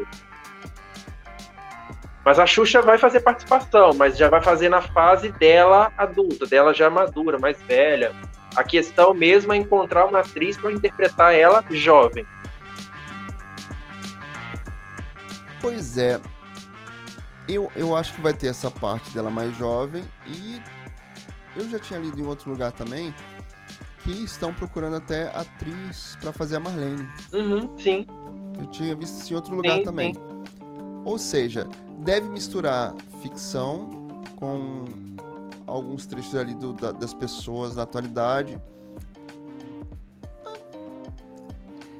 Speaker 2: Mas a Xuxa vai fazer participação, mas já vai fazer na fase dela adulta, dela já madura, mais velha. A questão mesmo é encontrar uma atriz para interpretar ela jovem.
Speaker 1: Pois é, eu, eu acho que vai ter essa parte dela mais jovem e eu já tinha lido em outro lugar também que estão procurando até atriz para fazer a Marlene.
Speaker 2: Uhum, sim.
Speaker 1: Eu tinha visto isso em outro lugar
Speaker 2: Sim,
Speaker 1: também.
Speaker 2: sim.
Speaker 1: Ou seja, deve misturar ficção com alguns trechos ali do- da- das pessoas na atualidade.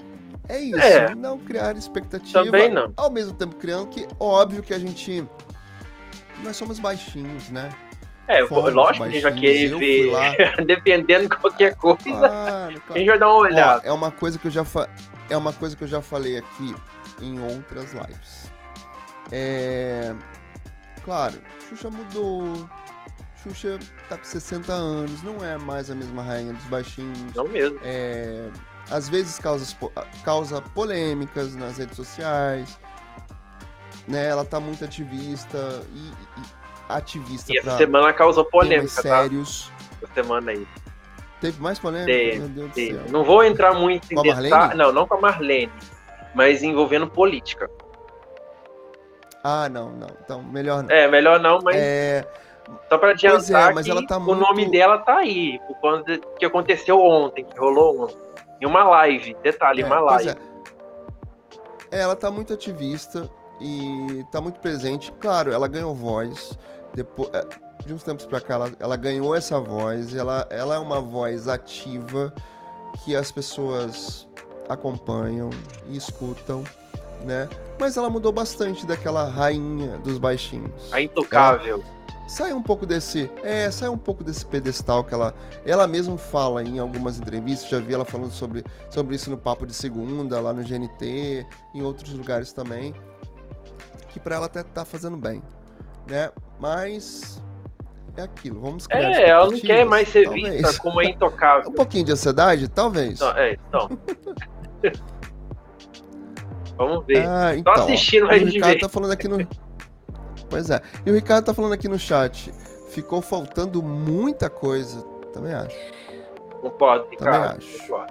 Speaker 1: É isso,
Speaker 2: É.
Speaker 1: não criar expectativa.
Speaker 2: Também não.
Speaker 1: Ao mesmo tempo criando que, óbvio que a gente... Nós somos baixinhos, né?
Speaker 2: É,
Speaker 1: Fomos
Speaker 2: lógico que a gente vai querer
Speaker 1: baixinhos, eu fui lá.
Speaker 2: ver, dependendo de qualquer coisa,
Speaker 1: Claro,
Speaker 2: a gente
Speaker 1: claro.
Speaker 2: vai dar uma
Speaker 1: Ó,
Speaker 2: olhada.
Speaker 1: é uma coisa que eu já fa... é uma coisa que eu já falei aqui em outras lives. É... Claro, Xuxa mudou. Xuxa tá com sessenta anos, não é mais a mesma rainha dos baixinhos.
Speaker 2: Não mesmo.
Speaker 1: É... Às vezes causa, causa polêmicas nas redes sociais, né? Ela tá muito ativista e, e ativista
Speaker 2: E essa
Speaker 1: pra
Speaker 2: semana causou
Speaker 1: temas
Speaker 2: polêmica, tá?
Speaker 1: sérios.
Speaker 2: Essa semana aí.
Speaker 1: Teve mais polêmica?
Speaker 2: Teve,
Speaker 1: Meu Deus do
Speaker 2: teve.
Speaker 1: céu.
Speaker 2: Não vou entrar muito em
Speaker 1: Com a Marlene?
Speaker 2: detalhes. Não, não com a Marlene. Mas envolvendo política.
Speaker 1: Ah, não, não. Então, melhor não.
Speaker 2: É, melhor não, mas
Speaker 1: É,
Speaker 2: só pra adiantar
Speaker 1: Pois é, mas
Speaker 2: que
Speaker 1: ela tá
Speaker 2: o
Speaker 1: muito-
Speaker 2: nome dela tá aí. Por conta do que aconteceu ontem, que rolou ontem. Em uma live. Detalhe,
Speaker 1: é,
Speaker 2: uma
Speaker 1: pois
Speaker 2: live.
Speaker 1: é. É, ela tá muito ativista e tá muito presente. Claro, ela ganhou voz. Depois, é, de uns tempos pra cá, ela, ela ganhou essa voz. Ela, ela é uma voz ativa que as pessoas acompanham e escutam, né? Mas ela mudou bastante daquela rainha dos baixinhos.
Speaker 2: A intocável.
Speaker 1: Sai um pouco desse, é, sai um pouco desse pedestal que ela, ela mesma fala em algumas entrevistas, já vi ela falando sobre, sobre isso no Papo de Segunda, lá no G N T, em outros lugares também, que pra ela até tá fazendo bem, né? Mas é aquilo, vamos criar
Speaker 2: É, ela não
Speaker 1: expectativas,
Speaker 2: quer mais ser
Speaker 1: talvez.
Speaker 2: vista como a intocável.
Speaker 1: Um pouquinho de ansiedade, talvez.
Speaker 2: Não, é, então. Vamos ver.
Speaker 1: Ah, então, ó,
Speaker 2: assistindo,
Speaker 1: e
Speaker 2: vai
Speaker 1: o
Speaker 2: de
Speaker 1: Ricardo
Speaker 2: ver.
Speaker 1: tá falando aqui no... Pois é. E o Ricardo tá falando aqui no chat. Ficou faltando muita coisa. Também acho.
Speaker 2: Concordo,
Speaker 1: Também
Speaker 2: Ricardo.
Speaker 1: acho.
Speaker 2: Concordo.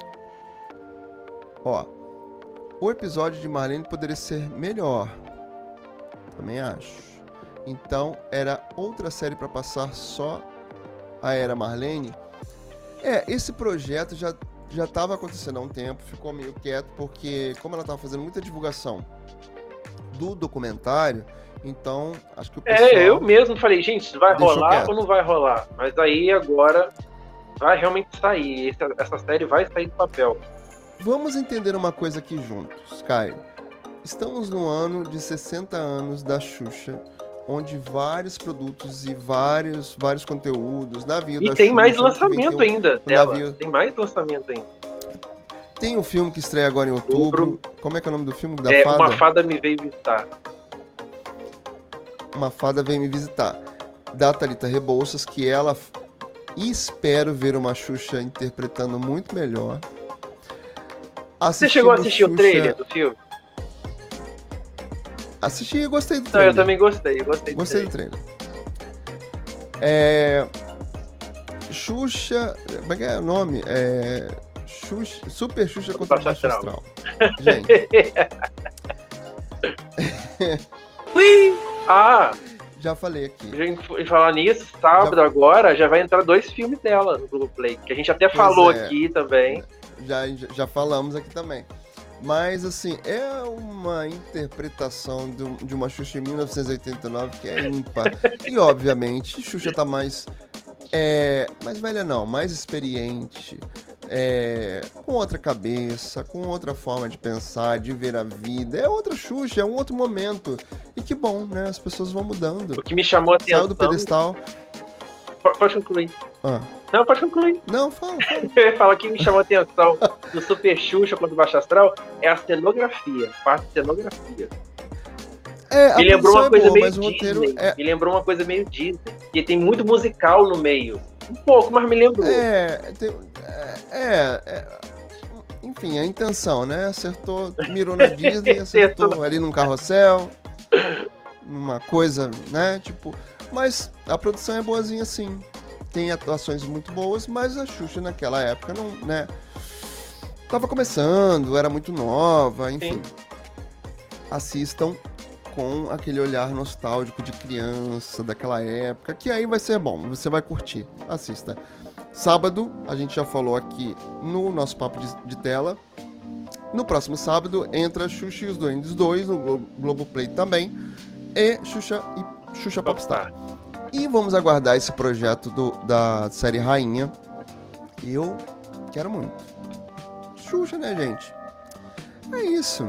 Speaker 1: Ó. O episódio de Marlene poderia ser melhor. Também acho. Então, era outra série pra passar só a Era Marlene. É, esse projeto já já tava acontecendo há um tempo, ficou meio quieto, porque como ela tava fazendo muita divulgação do documentário, então acho que o pessoal...
Speaker 2: É, eu mesmo falei, gente, isso vai
Speaker 1: Deixou
Speaker 2: rolar
Speaker 1: quieto.
Speaker 2: ou não vai rolar? Mas aí agora vai realmente sair. Essa, essa série vai sair do papel.
Speaker 1: Vamos entender uma coisa aqui juntos, Caio. Estamos no ano de sessenta anos da Xuxa, onde vários produtos e vários, vários conteúdos da vida
Speaker 2: E
Speaker 1: da
Speaker 2: tem
Speaker 1: Xuxa,
Speaker 2: mais
Speaker 1: que
Speaker 2: lançamento
Speaker 1: vendeu-
Speaker 2: ainda dela.
Speaker 1: navio.
Speaker 2: Tem mais lançamento ainda.
Speaker 1: Tem um filme que estreia agora em outubro. Como é que é o nome do filme? Da
Speaker 2: É,
Speaker 1: fada?
Speaker 2: Uma Fada Me Veio Visitar.
Speaker 1: Uma Fada Vem Me Visitar. Da Thalita Rebouças, que ela... E espero ver uma Xuxa interpretando muito melhor.
Speaker 2: Você chegou a assistir o
Speaker 1: Xuxa-
Speaker 2: trailer do filme?
Speaker 1: Assisti e gostei do
Speaker 2: Não,
Speaker 1: trailer.
Speaker 2: eu também gostei. Eu gostei, do
Speaker 1: Gostei do
Speaker 2: trailer.
Speaker 1: trailer. É... Xuxa... Como é que é o nome? É... Xuxa... Super Xuxa contra o
Speaker 2: Baixo
Speaker 1: Baixo
Speaker 2: Astral.
Speaker 1: Astral. Gente,
Speaker 2: Ah,
Speaker 1: já falei aqui.
Speaker 2: em falar nisso, sábado agora já vai entrar dois filmes dela no Globoplay, que a gente até
Speaker 1: Pois
Speaker 2: falou
Speaker 1: é.
Speaker 2: aqui também.
Speaker 1: Já, já falamos aqui também. Mas, assim, é uma interpretação do- de uma Xuxa em mil novecentos e oitenta e nove que é ímpar. E, obviamente, Xuxa tá mais... É, mais velha não, mais experiente, é, com outra cabeça, com outra forma de pensar, de ver a vida. É outra Xuxa, é um outro momento. E que bom, né? As pessoas vão mudando.
Speaker 2: O que me chamou a
Speaker 1: Saiu
Speaker 2: atenção...
Speaker 1: do pedestal.
Speaker 2: Pode pode concluir.
Speaker 1: Ah,
Speaker 2: Não, pode concluir.
Speaker 1: não, fala, fala.
Speaker 2: Eu ia falar que me chamou a atenção no Super Xuxa contra o Baixo Astral é a cenografia, a parte de cenografia.
Speaker 1: É, a
Speaker 2: Me lembrou
Speaker 1: produção
Speaker 2: uma
Speaker 1: é
Speaker 2: coisa
Speaker 1: boa,
Speaker 2: meio
Speaker 1: mas o roteiro
Speaker 2: Disney.
Speaker 1: é...
Speaker 2: Me lembrou uma coisa meio Disney. Porque tem muito musical no meio. Um pouco, mas me lembrou.
Speaker 1: É, tem- é, é, enfim, a intenção, né? Acertou, mirou na Disney, acertou ali num carrossel, numa coisa, né? Tipo, mas a produção é boazinha sim. Tem atuações muito boas, mas a Xuxa naquela época não, né? Tava começando, era muito nova, enfim.
Speaker 2: Sim.
Speaker 1: Assistam com aquele olhar nostálgico de criança daquela época, que aí vai ser bom, você vai curtir. Assista. Sábado, a gente já falou aqui no nosso papo de, de tela. No próximo sábado, entra Xuxa e os Duendes dois, no Glo- Globoplay também, e Xuxa e Xuxa Popstar. E vamos aguardar esse projeto do, da série Rainha. Eu quero muito. Xuxa, né, gente? É isso.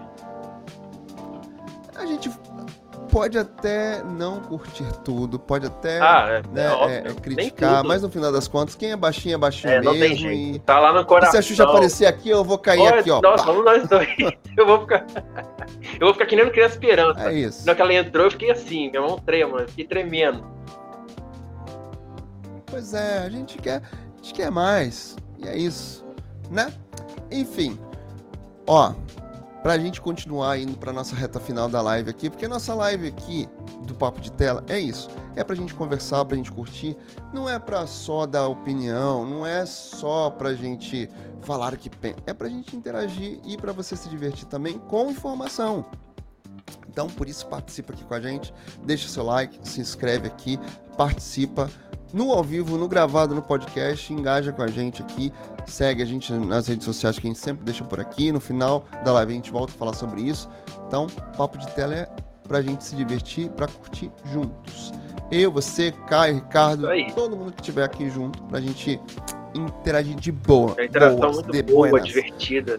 Speaker 1: A gente pode até não curtir tudo, pode até
Speaker 2: Ah, é,
Speaker 1: né,
Speaker 2: é óbvio,
Speaker 1: é, é,
Speaker 2: nem
Speaker 1: criticar,
Speaker 2: tudo.
Speaker 1: mas no final das contas, quem é baixinho é baixinho
Speaker 2: É, não
Speaker 1: mesmo.
Speaker 2: tem jeito.
Speaker 1: E...
Speaker 2: Tá lá no
Speaker 1: e
Speaker 2: coração.
Speaker 1: se a Xuxa aparecer aqui, eu vou cair
Speaker 2: Olha,
Speaker 1: aqui, ó.
Speaker 2: nossa,
Speaker 1: pá.
Speaker 2: vamos nós dois. Eu vou ficar. Eu vou ficar que nem uma criança esperando.
Speaker 1: É isso.
Speaker 2: Na hora que ela entrou, eu fiquei assim, minha mão trema, eu fiquei tremendo.
Speaker 1: Pois é, a gente quer, a gente quer mais. E é isso, né? Enfim, ó, pra gente continuar indo pra nossa reta final da live aqui, porque a nossa live aqui do Papo de Tela é isso. É pra gente conversar, pra gente curtir. Não é pra só dar opinião, não é só pra gente falar o que pensa. É pra gente interagir e pra você se divertir também com informação. Então, por isso, participa aqui com a gente. Deixa seu like, se inscreve aqui, participa no ao vivo, no gravado, no podcast. Engaja com a gente aqui. Segue a gente nas redes sociais que a gente sempre deixa por aqui. No final da live a gente volta a falar sobre isso. Então, Papo de Tela é pra gente se divertir, pra curtir juntos. Eu, você, Caio, Ricardo, todo mundo que estiver aqui junto, pra gente interagir de boa.
Speaker 2: A interação
Speaker 1: boas,
Speaker 2: muito
Speaker 1: de
Speaker 2: boa,
Speaker 1: buenas.
Speaker 2: divertida.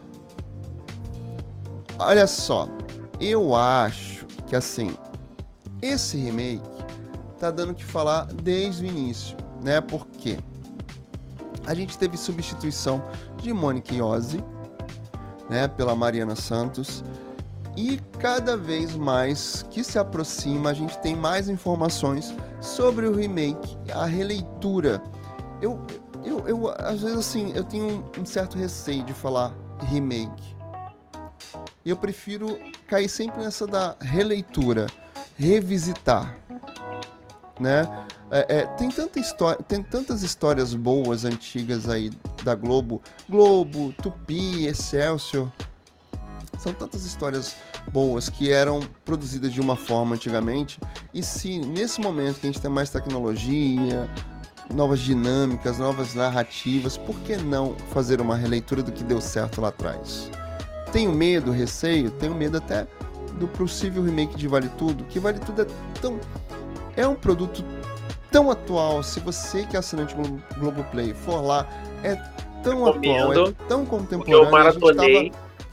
Speaker 1: Olha só, eu acho que assim, esse remake tá dando o que falar desde o início, né? Porque a gente teve substituição de Monique Iose, né, pela Mariana Santos, e cada vez mais que se aproxima, a gente tem mais informações sobre o remake, a releitura. Eu, eu, eu às vezes assim, eu tenho um certo receio de falar remake. Eu prefiro cair sempre nessa da releitura, revisitar, né? É, é, tem tanta história, tem tantas histórias boas antigas aí da Globo, Globo, Tupi, Excelsior. São tantas histórias boas que eram produzidas de uma forma antigamente, e se nesse momento que a gente tem mais tecnologia, novas dinâmicas, novas narrativas, por que não fazer uma releitura do que deu certo lá atrás? Tenho medo, receio, tenho medo até do possível remake de Vale Tudo, que Vale Tudo é tão... é um produto tão atual. Se você que é assinante Glo- Globoplay for lá, é tão atual, é tão contemporâneo.
Speaker 2: Eu maratonei.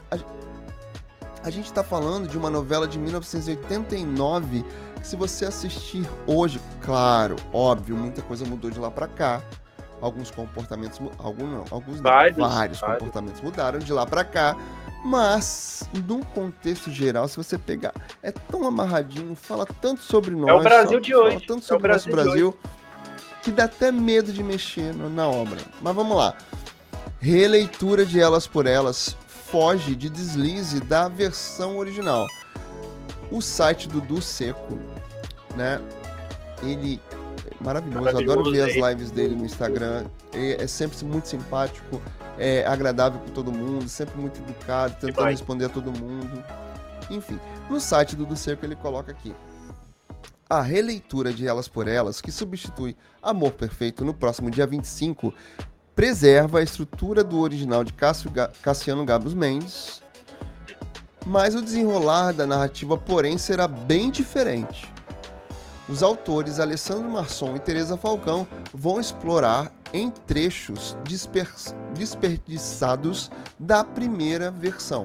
Speaker 1: A gente está falando de uma novela de mil novecentos e oitenta e nove, que se você assistir hoje, claro, óbvio, muita coisa mudou de lá para cá. Alguns comportamentos, alguns não, alguns não,
Speaker 2: Vários,
Speaker 1: vários
Speaker 2: vários.
Speaker 1: comportamentos mudaram de lá para cá. Mas, num contexto geral, se você pegar, é tão amarradinho, fala tanto sobre nós,
Speaker 2: É o Brasil
Speaker 1: só-
Speaker 2: de
Speaker 1: fala
Speaker 2: hoje.
Speaker 1: tanto
Speaker 2: É o
Speaker 1: sobre o nosso
Speaker 2: Brasil de
Speaker 1: Brasil, que dá até medo de mexer no- na obra. Mas vamos lá. Releitura de Elas por Elas foge de deslize da versão original. O site do Du Seco, né? Ele é maravilhoso, eu adoro ver as
Speaker 2: Maravilhoso,
Speaker 1: lives dele no Instagram. É, é sempre muito simpático, é agradável com todo mundo, sempre muito educado, tentando
Speaker 2: Demais.
Speaker 1: responder a todo mundo. Enfim, no site do Du Seco ele coloca aqui: a releitura de Elas por Elas, que substitui Amor Perfeito no próximo dia vinte e cinco, preserva a estrutura do original de Cássio Ga- Cassiano Gabos Mendes, mas o desenrolar da narrativa, porém, será bem diferente. Os autores Alessandro Marçom e Teresa Falcão vão explorar em trechos disper- desperdiçados da primeira versão.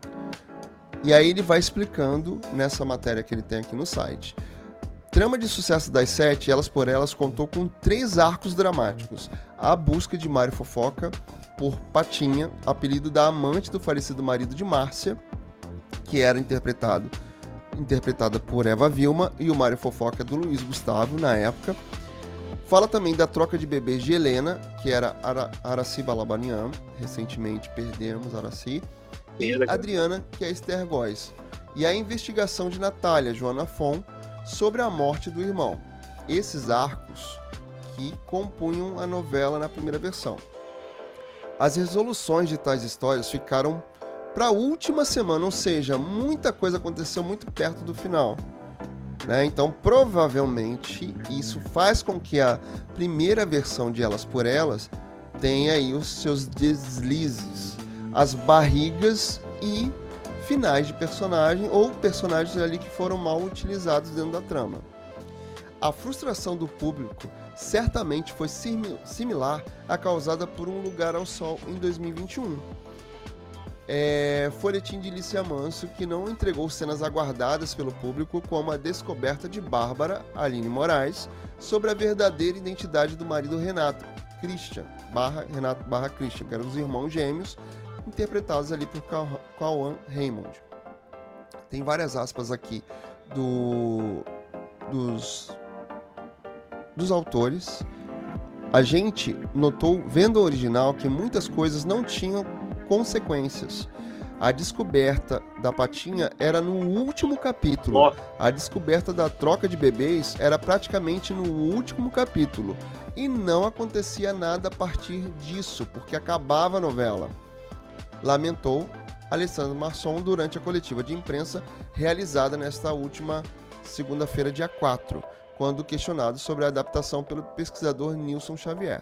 Speaker 1: E aí ele vai explicando nessa matéria que ele tem aqui no site. Trama de sucesso das sete, Elas por Elas contou com três arcos dramáticos. A busca de Mário Fofoca por Patinha, apelido da amante do falecido marido de Márcia, que era interpretado, interpretada por Eva Vilma, e o Mário Fofoca do Luiz Gustavo, na época. Fala também da troca de bebês de Helena, que era Ara- Araci Balabanian, recentemente perdemos Araci, e Adriana, que é Esther Góes. E a investigação de Natália, Joana Fon, sobre a morte do irmão. Esses arcos que compunham a novela na primeira versão. As resoluções de tais histórias ficaram para a última semana, ou seja, muita coisa aconteceu muito perto do final, né? Então, provavelmente, isso faz com que a primeira versão de Elas por Elas tenha aí os seus deslizes, as barrigas e finais de personagem ou personagens ali que foram mal utilizados dentro da trama. A frustração do público certamente foi sim- similar à causada por Um Lugar ao Sol em dois mil e vinte e um. É, folhetim de Lícia Manso, que não entregou cenas aguardadas pelo público, como a descoberta de Bárbara, Aline Moraes, sobre a verdadeira identidade do marido Renato, Christian, barra, Renato barra Christian, que eram os irmãos gêmeos, interpretados ali por Cauã Raymond. Tem várias aspas aqui do, dos, dos autores. A gente notou, vendo o original, que muitas coisas não tinham consequências. A descoberta da Patinha era no último capítulo.
Speaker 2: Nossa.
Speaker 1: A descoberta da troca de bebês era praticamente no último capítulo. E não acontecia nada a partir disso, porque acabava a novela. Lamentou Alessandro Marçom durante a coletiva de imprensa realizada nesta última segunda-feira, dia quatro, quando questionado sobre a adaptação pelo pesquisador Nilson Xavier.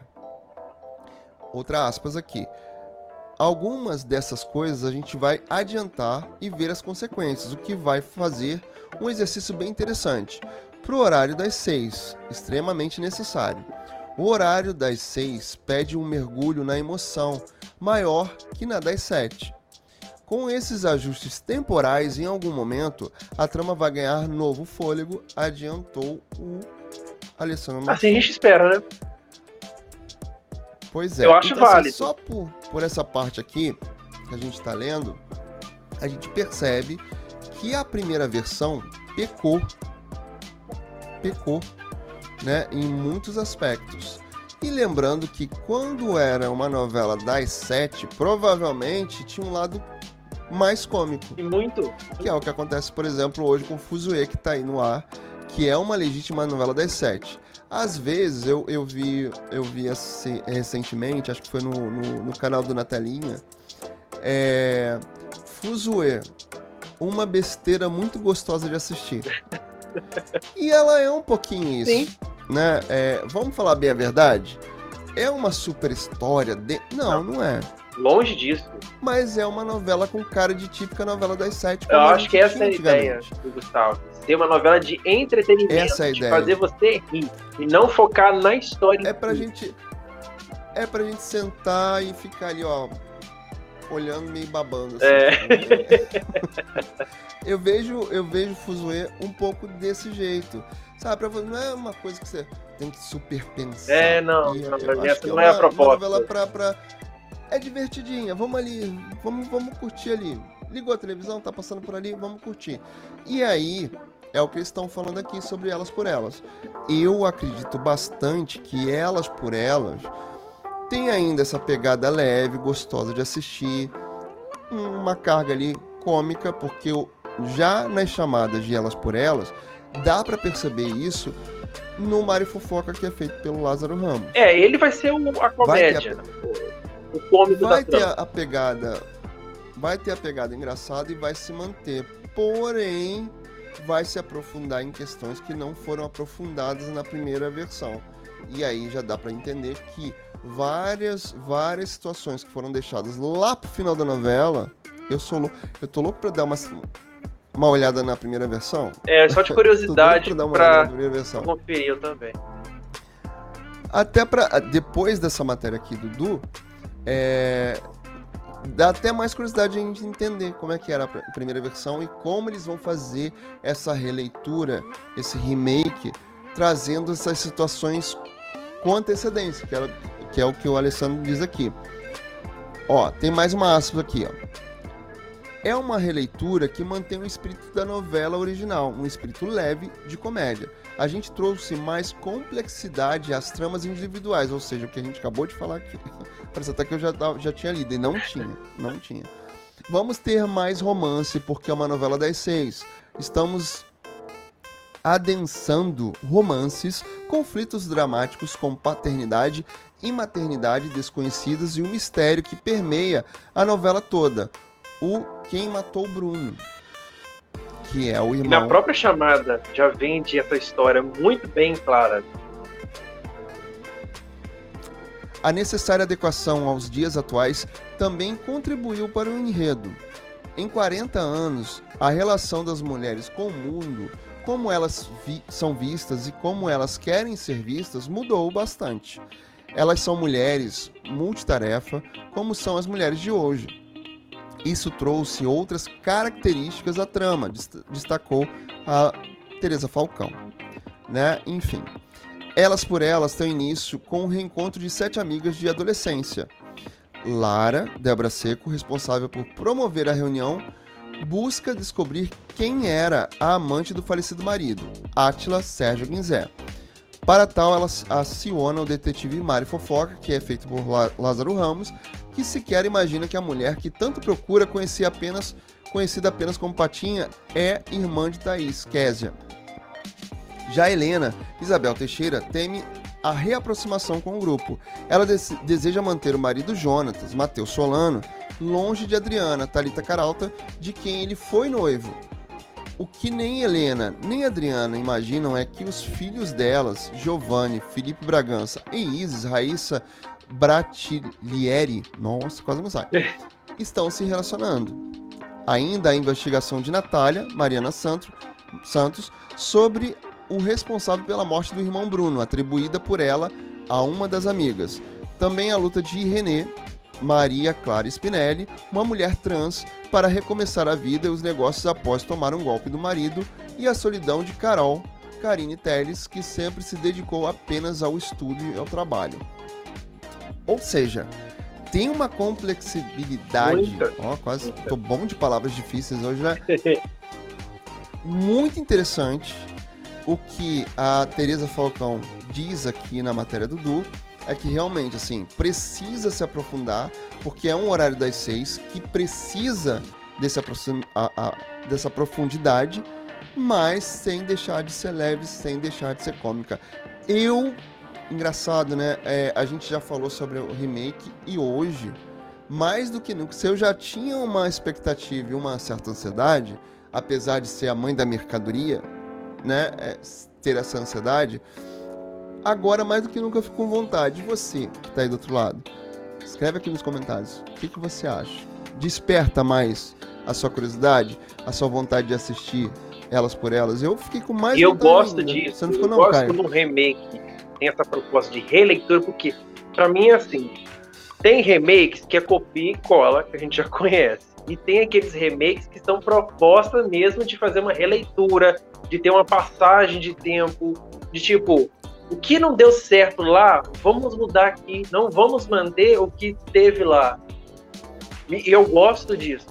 Speaker 1: Outra aspas aqui. Algumas dessas coisas a gente vai adiantar e ver as consequências, o que vai fazer um exercício bem interessante. Para o horário das seis, extremamente necessário. O horário das seis pede um mergulho na emoção maior que na das sete. Com esses ajustes temporais, em algum momento, a trama vai ganhar novo fôlego, adiantou o Alessandro Marçom.
Speaker 2: Assim a gente espera, né?
Speaker 1: Pois é.
Speaker 2: Eu acho
Speaker 1: então, assim,
Speaker 2: válido.
Speaker 1: só por, por essa parte aqui que a gente está lendo, a gente percebe que a primeira versão pecou, pecou, né, em muitos aspectos. E lembrando que quando era uma novela das sete, provavelmente tinha um lado mais cômico.
Speaker 2: E muito.
Speaker 1: Que é o que acontece, por exemplo, hoje com o Fuzue, que está aí no ar, que é uma legítima novela das sete. Às vezes, eu, eu vi, eu vi assim, recentemente, acho que foi no, no, no canal do Natelinha, é, Fuzue, uma besteira muito gostosa de assistir. E ela é um pouquinho isso.
Speaker 2: Sim.
Speaker 1: Né? É, vamos falar bem a verdade? É uma super história? De... Não, não é.
Speaker 2: Longe disso.
Speaker 1: Mas é uma novela com cara de típica novela das sete.
Speaker 2: Eu acho que essa é a ideia do Gustavo. Ser uma novela de entretenimento,
Speaker 1: essa é a
Speaker 2: de
Speaker 1: ideia.
Speaker 2: fazer você rir e não focar na história.
Speaker 1: É pra gente, é pra gente sentar e ficar ali, ó, olhando meio babando. Assim,
Speaker 2: É.
Speaker 1: eu vejo, eu vejo Fuzue um pouco desse jeito. Sabe, pra, não é uma coisa que você tem que super pensar.
Speaker 2: É, não,
Speaker 1: E
Speaker 2: não,
Speaker 1: eu
Speaker 2: essa
Speaker 1: acho que
Speaker 2: não é a
Speaker 1: uma,
Speaker 2: proposta.
Speaker 1: Uma novela pra, pra... É divertidinha, vamos ali, vamos, vamos curtir ali. Ligou a televisão, tá passando por ali, vamos curtir. E aí, é o que eles estão falando aqui sobre Elas por Elas. Eu acredito bastante que Elas por Elas tem ainda essa pegada leve, gostosa de assistir, uma carga ali cômica, porque eu, já nas chamadas de Elas por Elas, dá pra perceber isso no Mário Fofoca, que é feito pelo Lázaro Ramos.
Speaker 2: É, ele vai ser o, a comédia. O, o cômico
Speaker 1: Vai
Speaker 2: da
Speaker 1: ter
Speaker 2: trama.
Speaker 1: a, a pegada, vai ter a pegada engraçada e vai se manter. Porém, vai se aprofundar em questões que não foram aprofundadas na primeira versão. E aí já dá pra entender que várias, várias situações que foram deixadas lá pro final da novela, eu sou louco, eu tô louco pra dar uma, uma olhada na primeira versão.
Speaker 2: É, só de curiosidade
Speaker 1: pra,
Speaker 2: pra,
Speaker 1: pra
Speaker 2: conferir eu também.
Speaker 1: Até pra, depois dessa matéria aqui do Du, é, dá até mais curiosidade a gente entender como é que era a primeira versão e como eles vão fazer essa releitura, esse remake, trazendo essas situações com antecedência, que, era, que é o que o Alessandro diz aqui. Ó, tem mais uma aspas aqui, ó. É uma releitura que mantém o espírito da novela original, um espírito leve de comédia. A gente trouxe mais complexidade às tramas individuais, ou seja, o que a gente acabou de falar aqui. Parece até que eu já, já tinha lido, e não tinha, não tinha. Vamos ter mais romance, porque é uma novela das seis. Estamos adensando romances, conflitos dramáticos com paternidade e maternidade desconhecidas e o mistério que permeia a novela toda. O Quem Matou o Bruno, que é o irmão...
Speaker 2: E na própria chamada já vende essa história muito bem clara.
Speaker 1: A necessária adequação aos dias atuais também contribuiu para o enredo. Em quarenta anos, a relação das mulheres com o mundo, como elas vi- são vistas e como elas querem ser vistas, mudou bastante. Elas são mulheres multitarefa, como são as mulheres de hoje. Isso trouxe outras características à trama, destacou a Teresa Falcão, né? Enfim, Elas por Elas tem início com o reencontro de sete amigas de adolescência. Lara, Débora Seco, responsável por promover a reunião, busca descobrir quem era a amante do falecido marido, Átila Sérgio Guinzé. Para tal, ela aciona o detetive Mari Fofoca, que é feito por Lázaro Ramos, que sequer imagina que a mulher que tanto procura conhecer apenas, conhecida apenas como Patinha, é irmã de Thaís, Késia. Já Helena, Isabel Teixeira, teme a reaproximação com o grupo. Ela de- deseja manter o marido Jonatas, Matheus Solano, longe de Adriana, Thalita Caralta, de quem ele foi noivo. O que nem Helena nem Adriana imaginam é que os filhos delas, Giovanni, Felipe Bragança e Isis Raíssa Bratilieri, nossa, quase não sai, estão se relacionando. Ainda a investigação de Natália, Mariana Santos, Santos, sobre o responsável pela morte do irmão Bruno, atribuída por ela a uma das amigas. Também a luta de Renê, Maria Clara Spinelli, uma mulher trans, para recomeçar a vida e os negócios após tomar um golpe do marido, e a solidão de Carol, Karine Telles, que sempre se dedicou apenas ao estudo e ao trabalho. Ou seja, tem uma complexibilidade,
Speaker 2: Muita.
Speaker 1: ó, quase, tô bom de palavras difíceis hoje, né? Muito interessante. O que a Teresa Falcão diz aqui na matéria do Du é que realmente, assim, precisa se aprofundar, porque é um horário das seis que precisa desse aproxim- a- a- dessa profundidade, mas sem deixar de ser leve, sem deixar de ser cômica. Eu, engraçado, né, é, a gente já falou sobre o remake e hoje, mais do que nunca, se eu já tinha uma expectativa e uma certa ansiedade, apesar de ser a mãe da mercadoria, né, é, ter essa ansiedade, agora mais do que nunca eu fico com vontade. E você, que tá aí do outro lado, escreve aqui nos comentários, o que, que você acha? Desperta mais a sua curiosidade, a sua vontade de assistir Elas por Elas? Eu fiquei com mais
Speaker 2: E eu
Speaker 1: vontade
Speaker 2: gosto
Speaker 1: ainda.
Speaker 2: disso.
Speaker 1: Você não
Speaker 2: Eu
Speaker 1: ficou não,
Speaker 2: gosto
Speaker 1: Caio?
Speaker 2: quando um remake tem essa proposta de releitura, porque pra mim é assim, tem remakes que é copia e cola, que a gente já conhece. E tem aqueles remakes que são proposta mesmo de fazer uma releitura, de ter uma passagem de tempo, de tipo, o que não deu certo lá, vamos mudar aqui, não vamos manter o que teve lá. E eu gosto disso.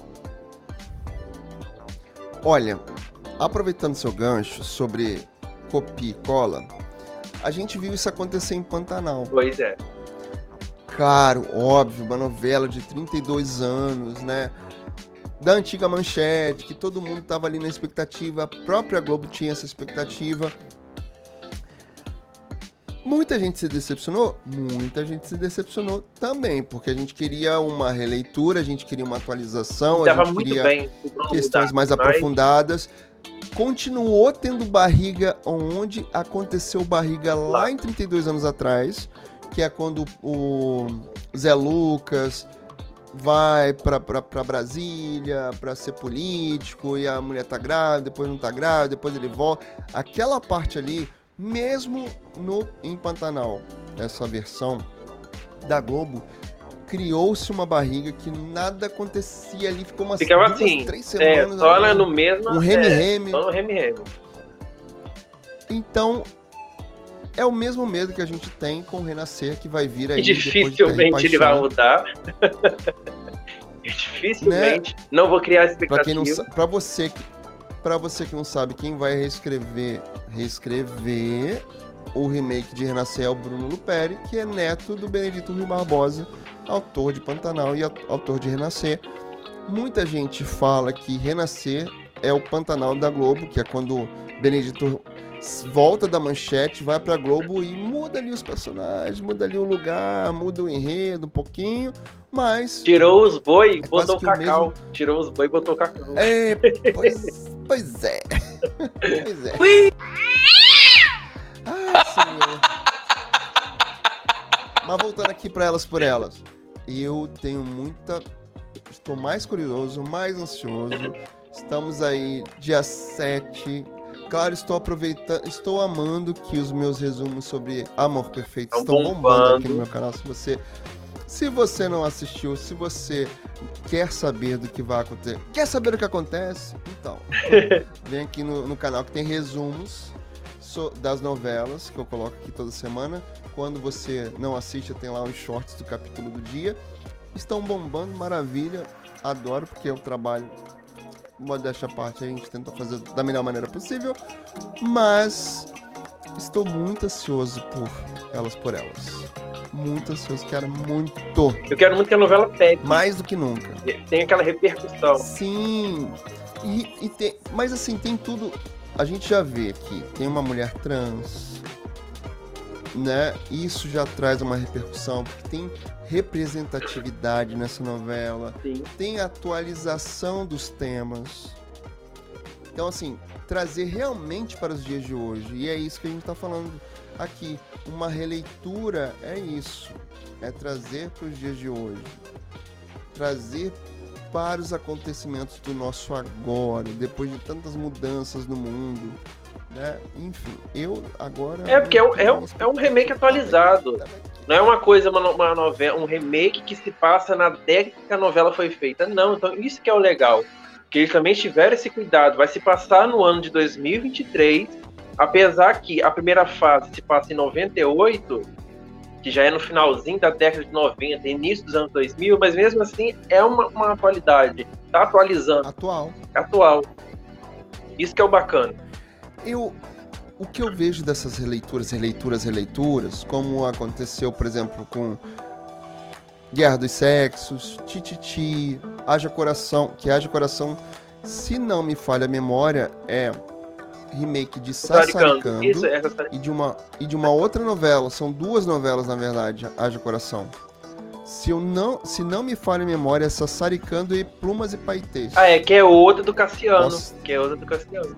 Speaker 1: Olha, aproveitando seu gancho sobre copia e cola, a gente viu isso acontecer em Pantanal.
Speaker 2: Pois é.
Speaker 1: Claro, óbvio, uma novela de trinta e dois anos, né? Da antiga Manchete, que todo mundo tava ali na expectativa, a própria Globo tinha essa expectativa. Muita gente se decepcionou? Muita gente se decepcionou também, porque a gente queria uma releitura, a gente queria uma atualização, a
Speaker 2: Tava
Speaker 1: gente
Speaker 2: muito
Speaker 1: queria
Speaker 2: bem.
Speaker 1: questões mais
Speaker 2: Mas-
Speaker 1: aprofundadas. Continuou tendo barriga onde aconteceu barriga lá
Speaker 2: Lá.
Speaker 1: em trinta e dois anos atrás, que é quando o Zé Lucas vai pra, pra, pra Brasília pra ser político e a mulher tá grávida, depois não tá grávida, depois ele volta. Aquela parte ali, mesmo no em Pantanal, essa versão da Globo, criou-se uma barriga que nada acontecia ali, ficou umas
Speaker 2: Ficava
Speaker 1: duas,
Speaker 2: assim,
Speaker 1: três
Speaker 2: É,
Speaker 1: semanas.
Speaker 2: só
Speaker 1: ali,
Speaker 2: ela no mesmo.
Speaker 1: um
Speaker 2: é,
Speaker 1: reme-reme.
Speaker 2: Só no reme-reme.
Speaker 1: Então, é o mesmo medo que a gente tem com o Renascer, que vai vir aí
Speaker 2: E
Speaker 1: depois de
Speaker 2: dificilmente ele vai
Speaker 1: Paixão.
Speaker 2: mudar. Dificilmente. Não vou criar
Speaker 1: Pra quem não
Speaker 2: expectativa.
Speaker 1: sa- pra você que para você que não sabe, quem vai reescrever reescrever o remake de Renascer é o Bruno Luperi, que é neto do Benedito Rui Barbosa, autor de Pantanal e au- autor de Renascer. Muita gente fala que Renascer é o Pantanal da Globo, que é quando Benedito s- volta da Manchete, vai pra Globo e muda ali os personagens, muda ali o lugar, muda o enredo um pouquinho, mas
Speaker 2: Tirou os boi e
Speaker 1: É quase
Speaker 2: botou
Speaker 1: que o
Speaker 2: cacau. Tirou os boi e botou cacau.
Speaker 1: É, pois, pois é. Pois é. Ah, senhor. Mas voltando aqui para Elas por Elas. Eu tenho muita... Estou mais curioso, mais ansioso. Estamos aí, dia sete. Claro, estou aproveitando... Estou amando que os meus resumos sobre Amor Perfeito
Speaker 2: Tão
Speaker 1: estão bombando
Speaker 2: bombando.
Speaker 1: aqui no meu canal. Se você Se você não assistiu, se você quer saber do que vai acontecer, quer saber o que acontece? Então, vem aqui no, no canal que tem resumos so- das novelas, que eu coloco aqui toda semana. Quando você não assiste, tem lá os shorts do capítulo do dia. Estão bombando, maravilha, adoro, porque eu trabalho, modéstia à parte, a gente tenta fazer da melhor maneira possível, mas estou muito ansioso por Elas por Elas. Muito ansioso, quero muito.
Speaker 2: Eu quero muito que a novela pegue.
Speaker 1: Mais do que nunca.
Speaker 2: Tem aquela repercussão.
Speaker 1: Sim. E, e tem, mas assim, tem tudo. A gente já vê que tem uma mulher trans, né? Isso já traz uma repercussão, porque tem representatividade nessa novela.
Speaker 2: Sim.
Speaker 1: Tem atualização dos temas. Então, assim, trazer realmente para os dias de hoje. E é isso que a gente está falando aqui. Uma releitura é isso. É trazer para os dias de hoje. Trazer para os acontecimentos do nosso agora, depois de tantas mudanças no mundo, né? Enfim, eu agora...
Speaker 2: É, porque é um, é um, é um remake atualizado. Não é uma coisa, uma, uma novela, um remake que se passa na década que a novela foi feita. Não, então isso que é o legal. Que eles também tiveram esse cuidado. Vai se passar no ano de dois mil e vinte e três, apesar que a primeira fase se passa em noventa e oito, que já é no finalzinho da década de noventa, início dos anos dois mil, mas mesmo assim é uma, uma atualidade. Tá atualizando.
Speaker 1: Atual.
Speaker 2: Atual. Isso que é o bacana.
Speaker 1: Eu, o que eu vejo dessas releituras, releituras, releituras, como aconteceu, por exemplo, com Guerra dos Sexos, Tititi, Haja Coração, que Haja Coração, se não me falha a memória, é remake de Sassaricando
Speaker 2: Isso, é essa...
Speaker 1: e, de uma, e de uma outra novela. São duas novelas, na verdade, Haja Coração. Se, eu não, se não me falha a memória, é Sassaricando e Plumas e Paetês.
Speaker 2: Ah, é, que é outra do Cassiano.
Speaker 1: Posso...
Speaker 2: Que é outra do Cassiano.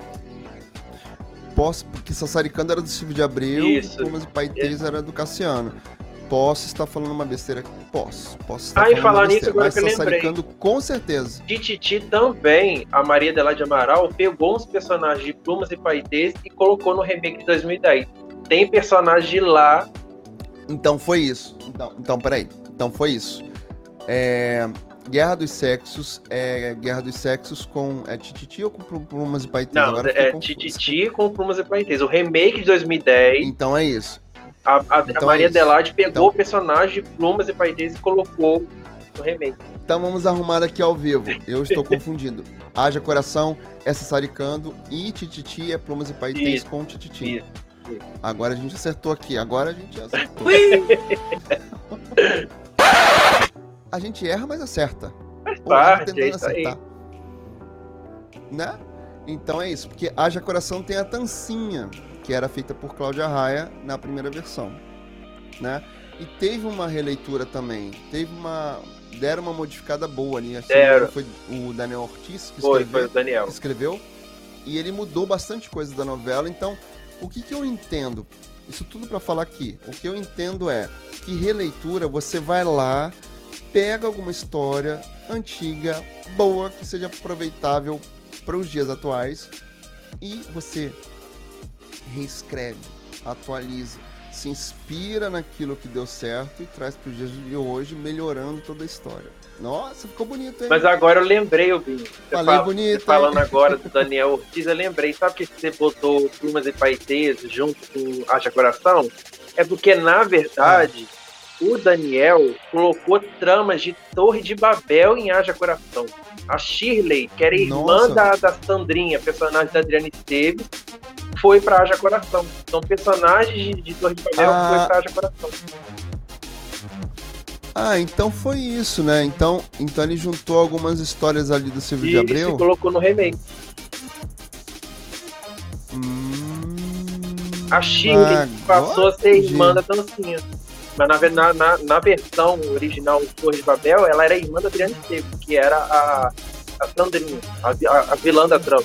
Speaker 1: Posso, porque Sassaricando era do Silvio de Abreu
Speaker 2: Isso.
Speaker 1: e Plumas e Paetês é. era do Cassiano. Posso estar falando uma besteira? Posso. Posso estar
Speaker 2: ah,
Speaker 1: falando
Speaker 2: e falar
Speaker 1: uma
Speaker 2: nisso
Speaker 1: besteira,
Speaker 2: agora
Speaker 1: mas
Speaker 2: que eu lembrei.
Speaker 1: Sassaricando com certeza.
Speaker 2: Tititi também, a Maria Adelaide Amaral pegou uns personagens de Plumas e Paetês e colocou no remake de dois mil e dez. Tem personagem de lá.
Speaker 1: Então foi isso. Então, então peraí. Então foi isso. É... Guerra dos Sexos é Guerra dos Sexos com é Tititi ou com Plumas e Paetês?
Speaker 2: Não,
Speaker 1: Agora
Speaker 2: é
Speaker 1: confuso.
Speaker 2: Tititi com Plumas e Paetês. O remake de dois mil e dez.
Speaker 1: Então é isso.
Speaker 2: A, a,
Speaker 1: então
Speaker 2: a Maria
Speaker 1: é
Speaker 2: Adelaide pegou
Speaker 1: então...
Speaker 2: o personagem de Plumas e Paetês e colocou no remake.
Speaker 1: Então vamos arrumar aqui ao vivo. Eu estou confundindo. Haja Coração é Sassaricando e Tititi é Plumas e Paetês
Speaker 2: Isso.
Speaker 1: com Tititi.
Speaker 2: Isso. Isso.
Speaker 1: Agora a gente acertou aqui. Agora a gente acertou. A gente erra, mas acerta.
Speaker 2: Faz
Speaker 1: Ou erra
Speaker 2: parte, é isso aí.
Speaker 1: Né? Então é isso. Porque Haja Coração tem a Tancinha, que era feita por Cláudia Raia na primeira versão, né? E teve uma releitura também, teve uma, deram uma modificada boa ali, assim, foi o Daniel Ortiz que
Speaker 2: foi,
Speaker 1: escreveu,
Speaker 2: foi o Daniel.
Speaker 1: que escreveu, e ele mudou bastante coisa da novela. Então, o que que eu entendo? Isso tudo para falar aqui. O que eu entendo é que releitura, você vai lá, pega alguma história antiga, boa, que seja aproveitável para os dias atuais, e você reescreve, atualiza, se inspira naquilo que deu certo e traz para os dias de hoje, melhorando toda a história. Nossa, ficou bonito, hein?
Speaker 2: Mas agora eu lembrei, Binho. Você
Speaker 1: Falei
Speaker 2: fala,
Speaker 1: bonito,
Speaker 2: você falando
Speaker 1: hein?
Speaker 2: agora do Daniel Ortiz, eu lembrei. Sabe que você botou Plumas e Paetês junto com Haja Coração? É porque, na verdade, ah. o Daniel colocou tramas de Torre de Babel em Haja Coração. A Shirley, que era irmã da, da Sandrinha, personagem da Adriana Esteves, foi pra Haja Coração. Então, personagens de, de Torre de Babel ah. foi pra Haja Coração.
Speaker 1: Ah, então foi isso, né? Então, então ele juntou algumas histórias ali do Silvio
Speaker 2: e
Speaker 1: de Abreu.
Speaker 2: E colocou no remake.
Speaker 1: Hum,
Speaker 2: a Shirley
Speaker 1: agora...
Speaker 2: passou a ser irmã da Tancinha. Mas na, na, na, na versão original de Torre de Babel, ela era irmã da Adriana Esteves, que era a, a Sandrinha, a, a, a vilã da trama.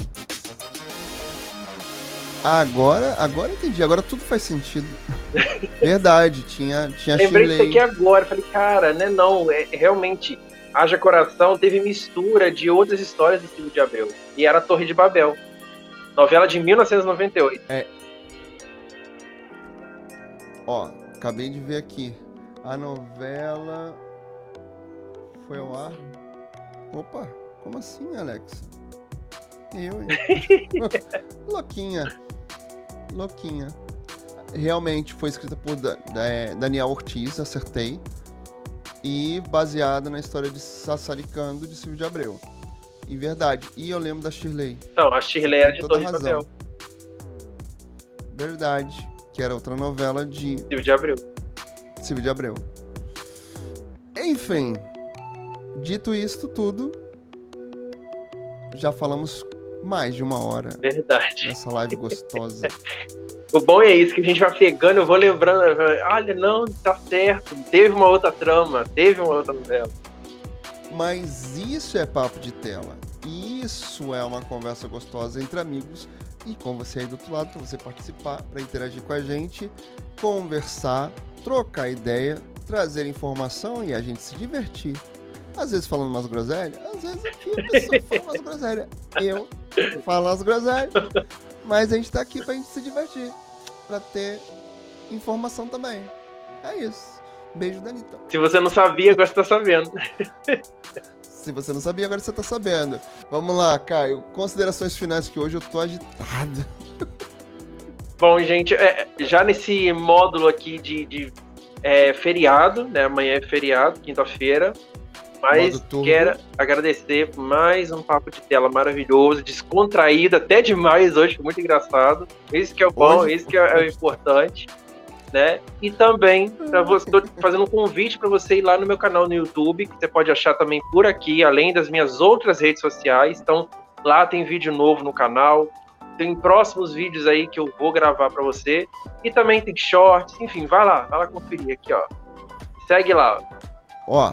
Speaker 1: Agora, agora entendi, agora tudo faz sentido. Verdade, tinha, tinha
Speaker 2: Lembrei
Speaker 1: Shirley.
Speaker 2: disso aqui agora, falei, cara, né, não, é, realmente, Haja Coração teve mistura de outras histórias do Silvio de Abreu, e era a Torre de Babel, novela de mil novecentos e noventa e oito.
Speaker 1: É. Ó, acabei de ver aqui, A novela foi ao ar? Opa, como assim, Alex? Eu, hein? Louquinha. Louquinha. Realmente foi escrita por da, da, Daniel Ortiz, acertei. E baseada na história de Sassaricando, de Silvio de Abreu. E verdade. E eu lembro da Shirley.
Speaker 2: Não, a Shirley era de
Speaker 1: Toda
Speaker 2: Torre de
Speaker 1: razão.
Speaker 2: Babel.
Speaker 1: Verdade. Que era outra novela de
Speaker 2: Silvio de Abreu.
Speaker 1: Silvio de Abreu. Enfim. Dito isto tudo, já falamos mais de uma hora
Speaker 2: Verdade.
Speaker 1: nessa live gostosa.
Speaker 2: O bom é isso, que a gente vai pegando, eu vou lembrando, eu vou, olha, não, tá certo, teve uma outra trama, teve uma outra novela.
Speaker 1: Mas isso é papo de tela. Isso é uma conversa gostosa entre amigos e com você aí do outro lado, para você participar, para interagir com a gente, conversar, trocar ideia, trazer informação e a gente se divertir. Às vezes falando umas groselhas, às vezes aqui a pessoa fala umas groselhas. Eu falo umas groselhas, mas a gente tá aqui pra gente se divertir, pra ter informação também. É isso. Beijo da Anitta.
Speaker 2: Se você não sabia, agora você tá sabendo.
Speaker 1: Se você não sabia, agora você tá sabendo. Vamos lá, Caio. Considerações finais, que hoje eu tô agitado.
Speaker 2: Bom, gente, é, já nesse módulo aqui de, de é, feriado, né? Amanhã é feriado, quinta-feira. Mas quero agradecer por mais um papo de tela maravilhoso, descontraído, até demais hoje, muito engraçado. Isso que é o bom, hoje, isso que é, é o importante, né? E também, estou fazendo um convite para você ir lá no meu canal no YouTube, que você pode achar também por aqui, além das minhas outras redes sociais. Então, lá tem vídeo novo no canal, tem próximos vídeos aí que eu vou gravar para você. E também tem shorts, enfim, vai lá, vai lá conferir aqui, ó. Segue lá.
Speaker 1: Ó.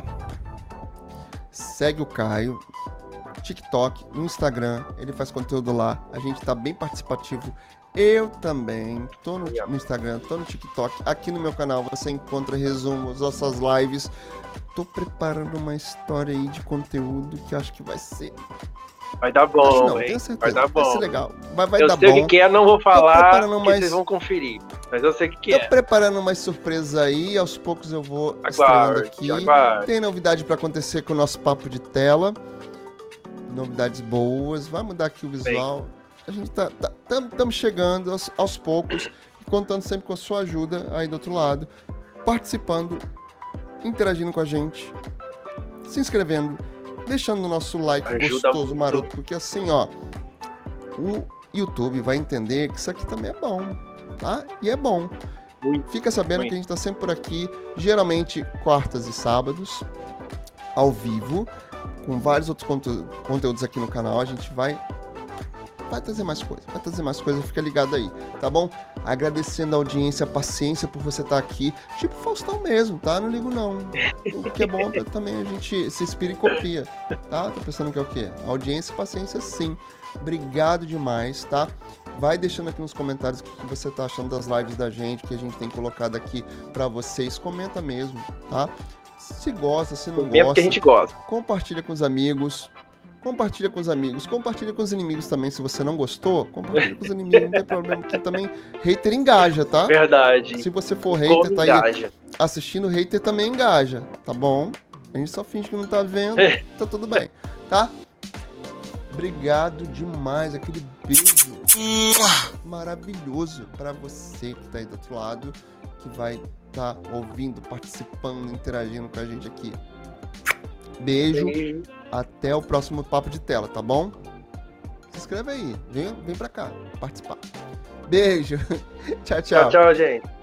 Speaker 1: Segue o Caio, TikTok, no Instagram, ele faz conteúdo lá, a gente tá bem participativo. Eu também, tô no, no Instagram, tô no TikTok, aqui no meu canal você encontra resumos, nossas lives. Tô preparando uma história aí de conteúdo que eu acho que vai ser...
Speaker 2: Vai dar bom,
Speaker 1: não,
Speaker 2: hein?
Speaker 1: Tenho certeza,
Speaker 2: vai dar bom.
Speaker 1: Vai ser legal, vai, vai
Speaker 2: eu
Speaker 1: dar
Speaker 2: sei
Speaker 1: bom.
Speaker 2: o que, que é, não vou falar, que
Speaker 1: mais...
Speaker 2: vocês vão conferir. Mas eu sei o que, que
Speaker 1: Tô
Speaker 2: é.
Speaker 1: preparando umas surpresas aí, aos poucos eu vou
Speaker 2: Aguarde,
Speaker 1: estreando aqui.
Speaker 2: aguarde.
Speaker 1: Tem novidade pra acontecer com o nosso papo de tela. Novidades boas, vai mudar aqui o visual. Bem. A gente tá, tá tam, tam chegando aos, aos poucos, contando sempre com a sua ajuda aí do outro lado, participando, interagindo com a gente, se inscrevendo, deixando o nosso like ajuda gostoso, muito. Maroto, porque assim, ó, o YouTube vai entender que isso aqui também é bom, tá? E é bom. Muito, Fica sabendo muito. que a gente tá sempre por aqui, geralmente quartas e sábados, ao vivo, com vários outros conte- conteúdos aqui no canal. A gente vai vai trazer mais coisa, vai trazer mais coisa, fica ligado aí, tá bom? Agradecendo a audiência, a paciência por você estar aqui, tipo Faustão mesmo, tá? Não ligo não. O que é bom é também a gente se inspira e copia, tá? Tá pensando que é o quê? Audiência e paciência, sim. Obrigado demais, tá? Vai deixando aqui nos comentários o que você tá achando das lives da gente, que a gente tem colocado aqui pra vocês. Comenta mesmo, tá? Se gosta, se não
Speaker 2: gosta,
Speaker 1: gosta,
Speaker 2: que a gente gosta.
Speaker 1: Compartilha com os amigos. Compartilha com os amigos, compartilha com os inimigos também, se você não gostou, compartilha com os inimigos, não tem problema, porque também hater engaja, tá?
Speaker 2: Verdade.
Speaker 1: Se você for hater, Como tá engaja. aí assistindo, hater também engaja, tá bom? A gente só finge que não tá vendo, tá tudo bem, tá? Obrigado demais, aquele beijo maravilhoso pra você que tá aí do outro lado, que vai estar tá ouvindo, participando, interagindo com a gente aqui. Beijo. Beijo. Até o próximo papo de tela, tá bom? Se inscreve aí, vem, vem pra cá participar. Beijo. Tchau, tchau.
Speaker 2: Tchau, tchau, gente.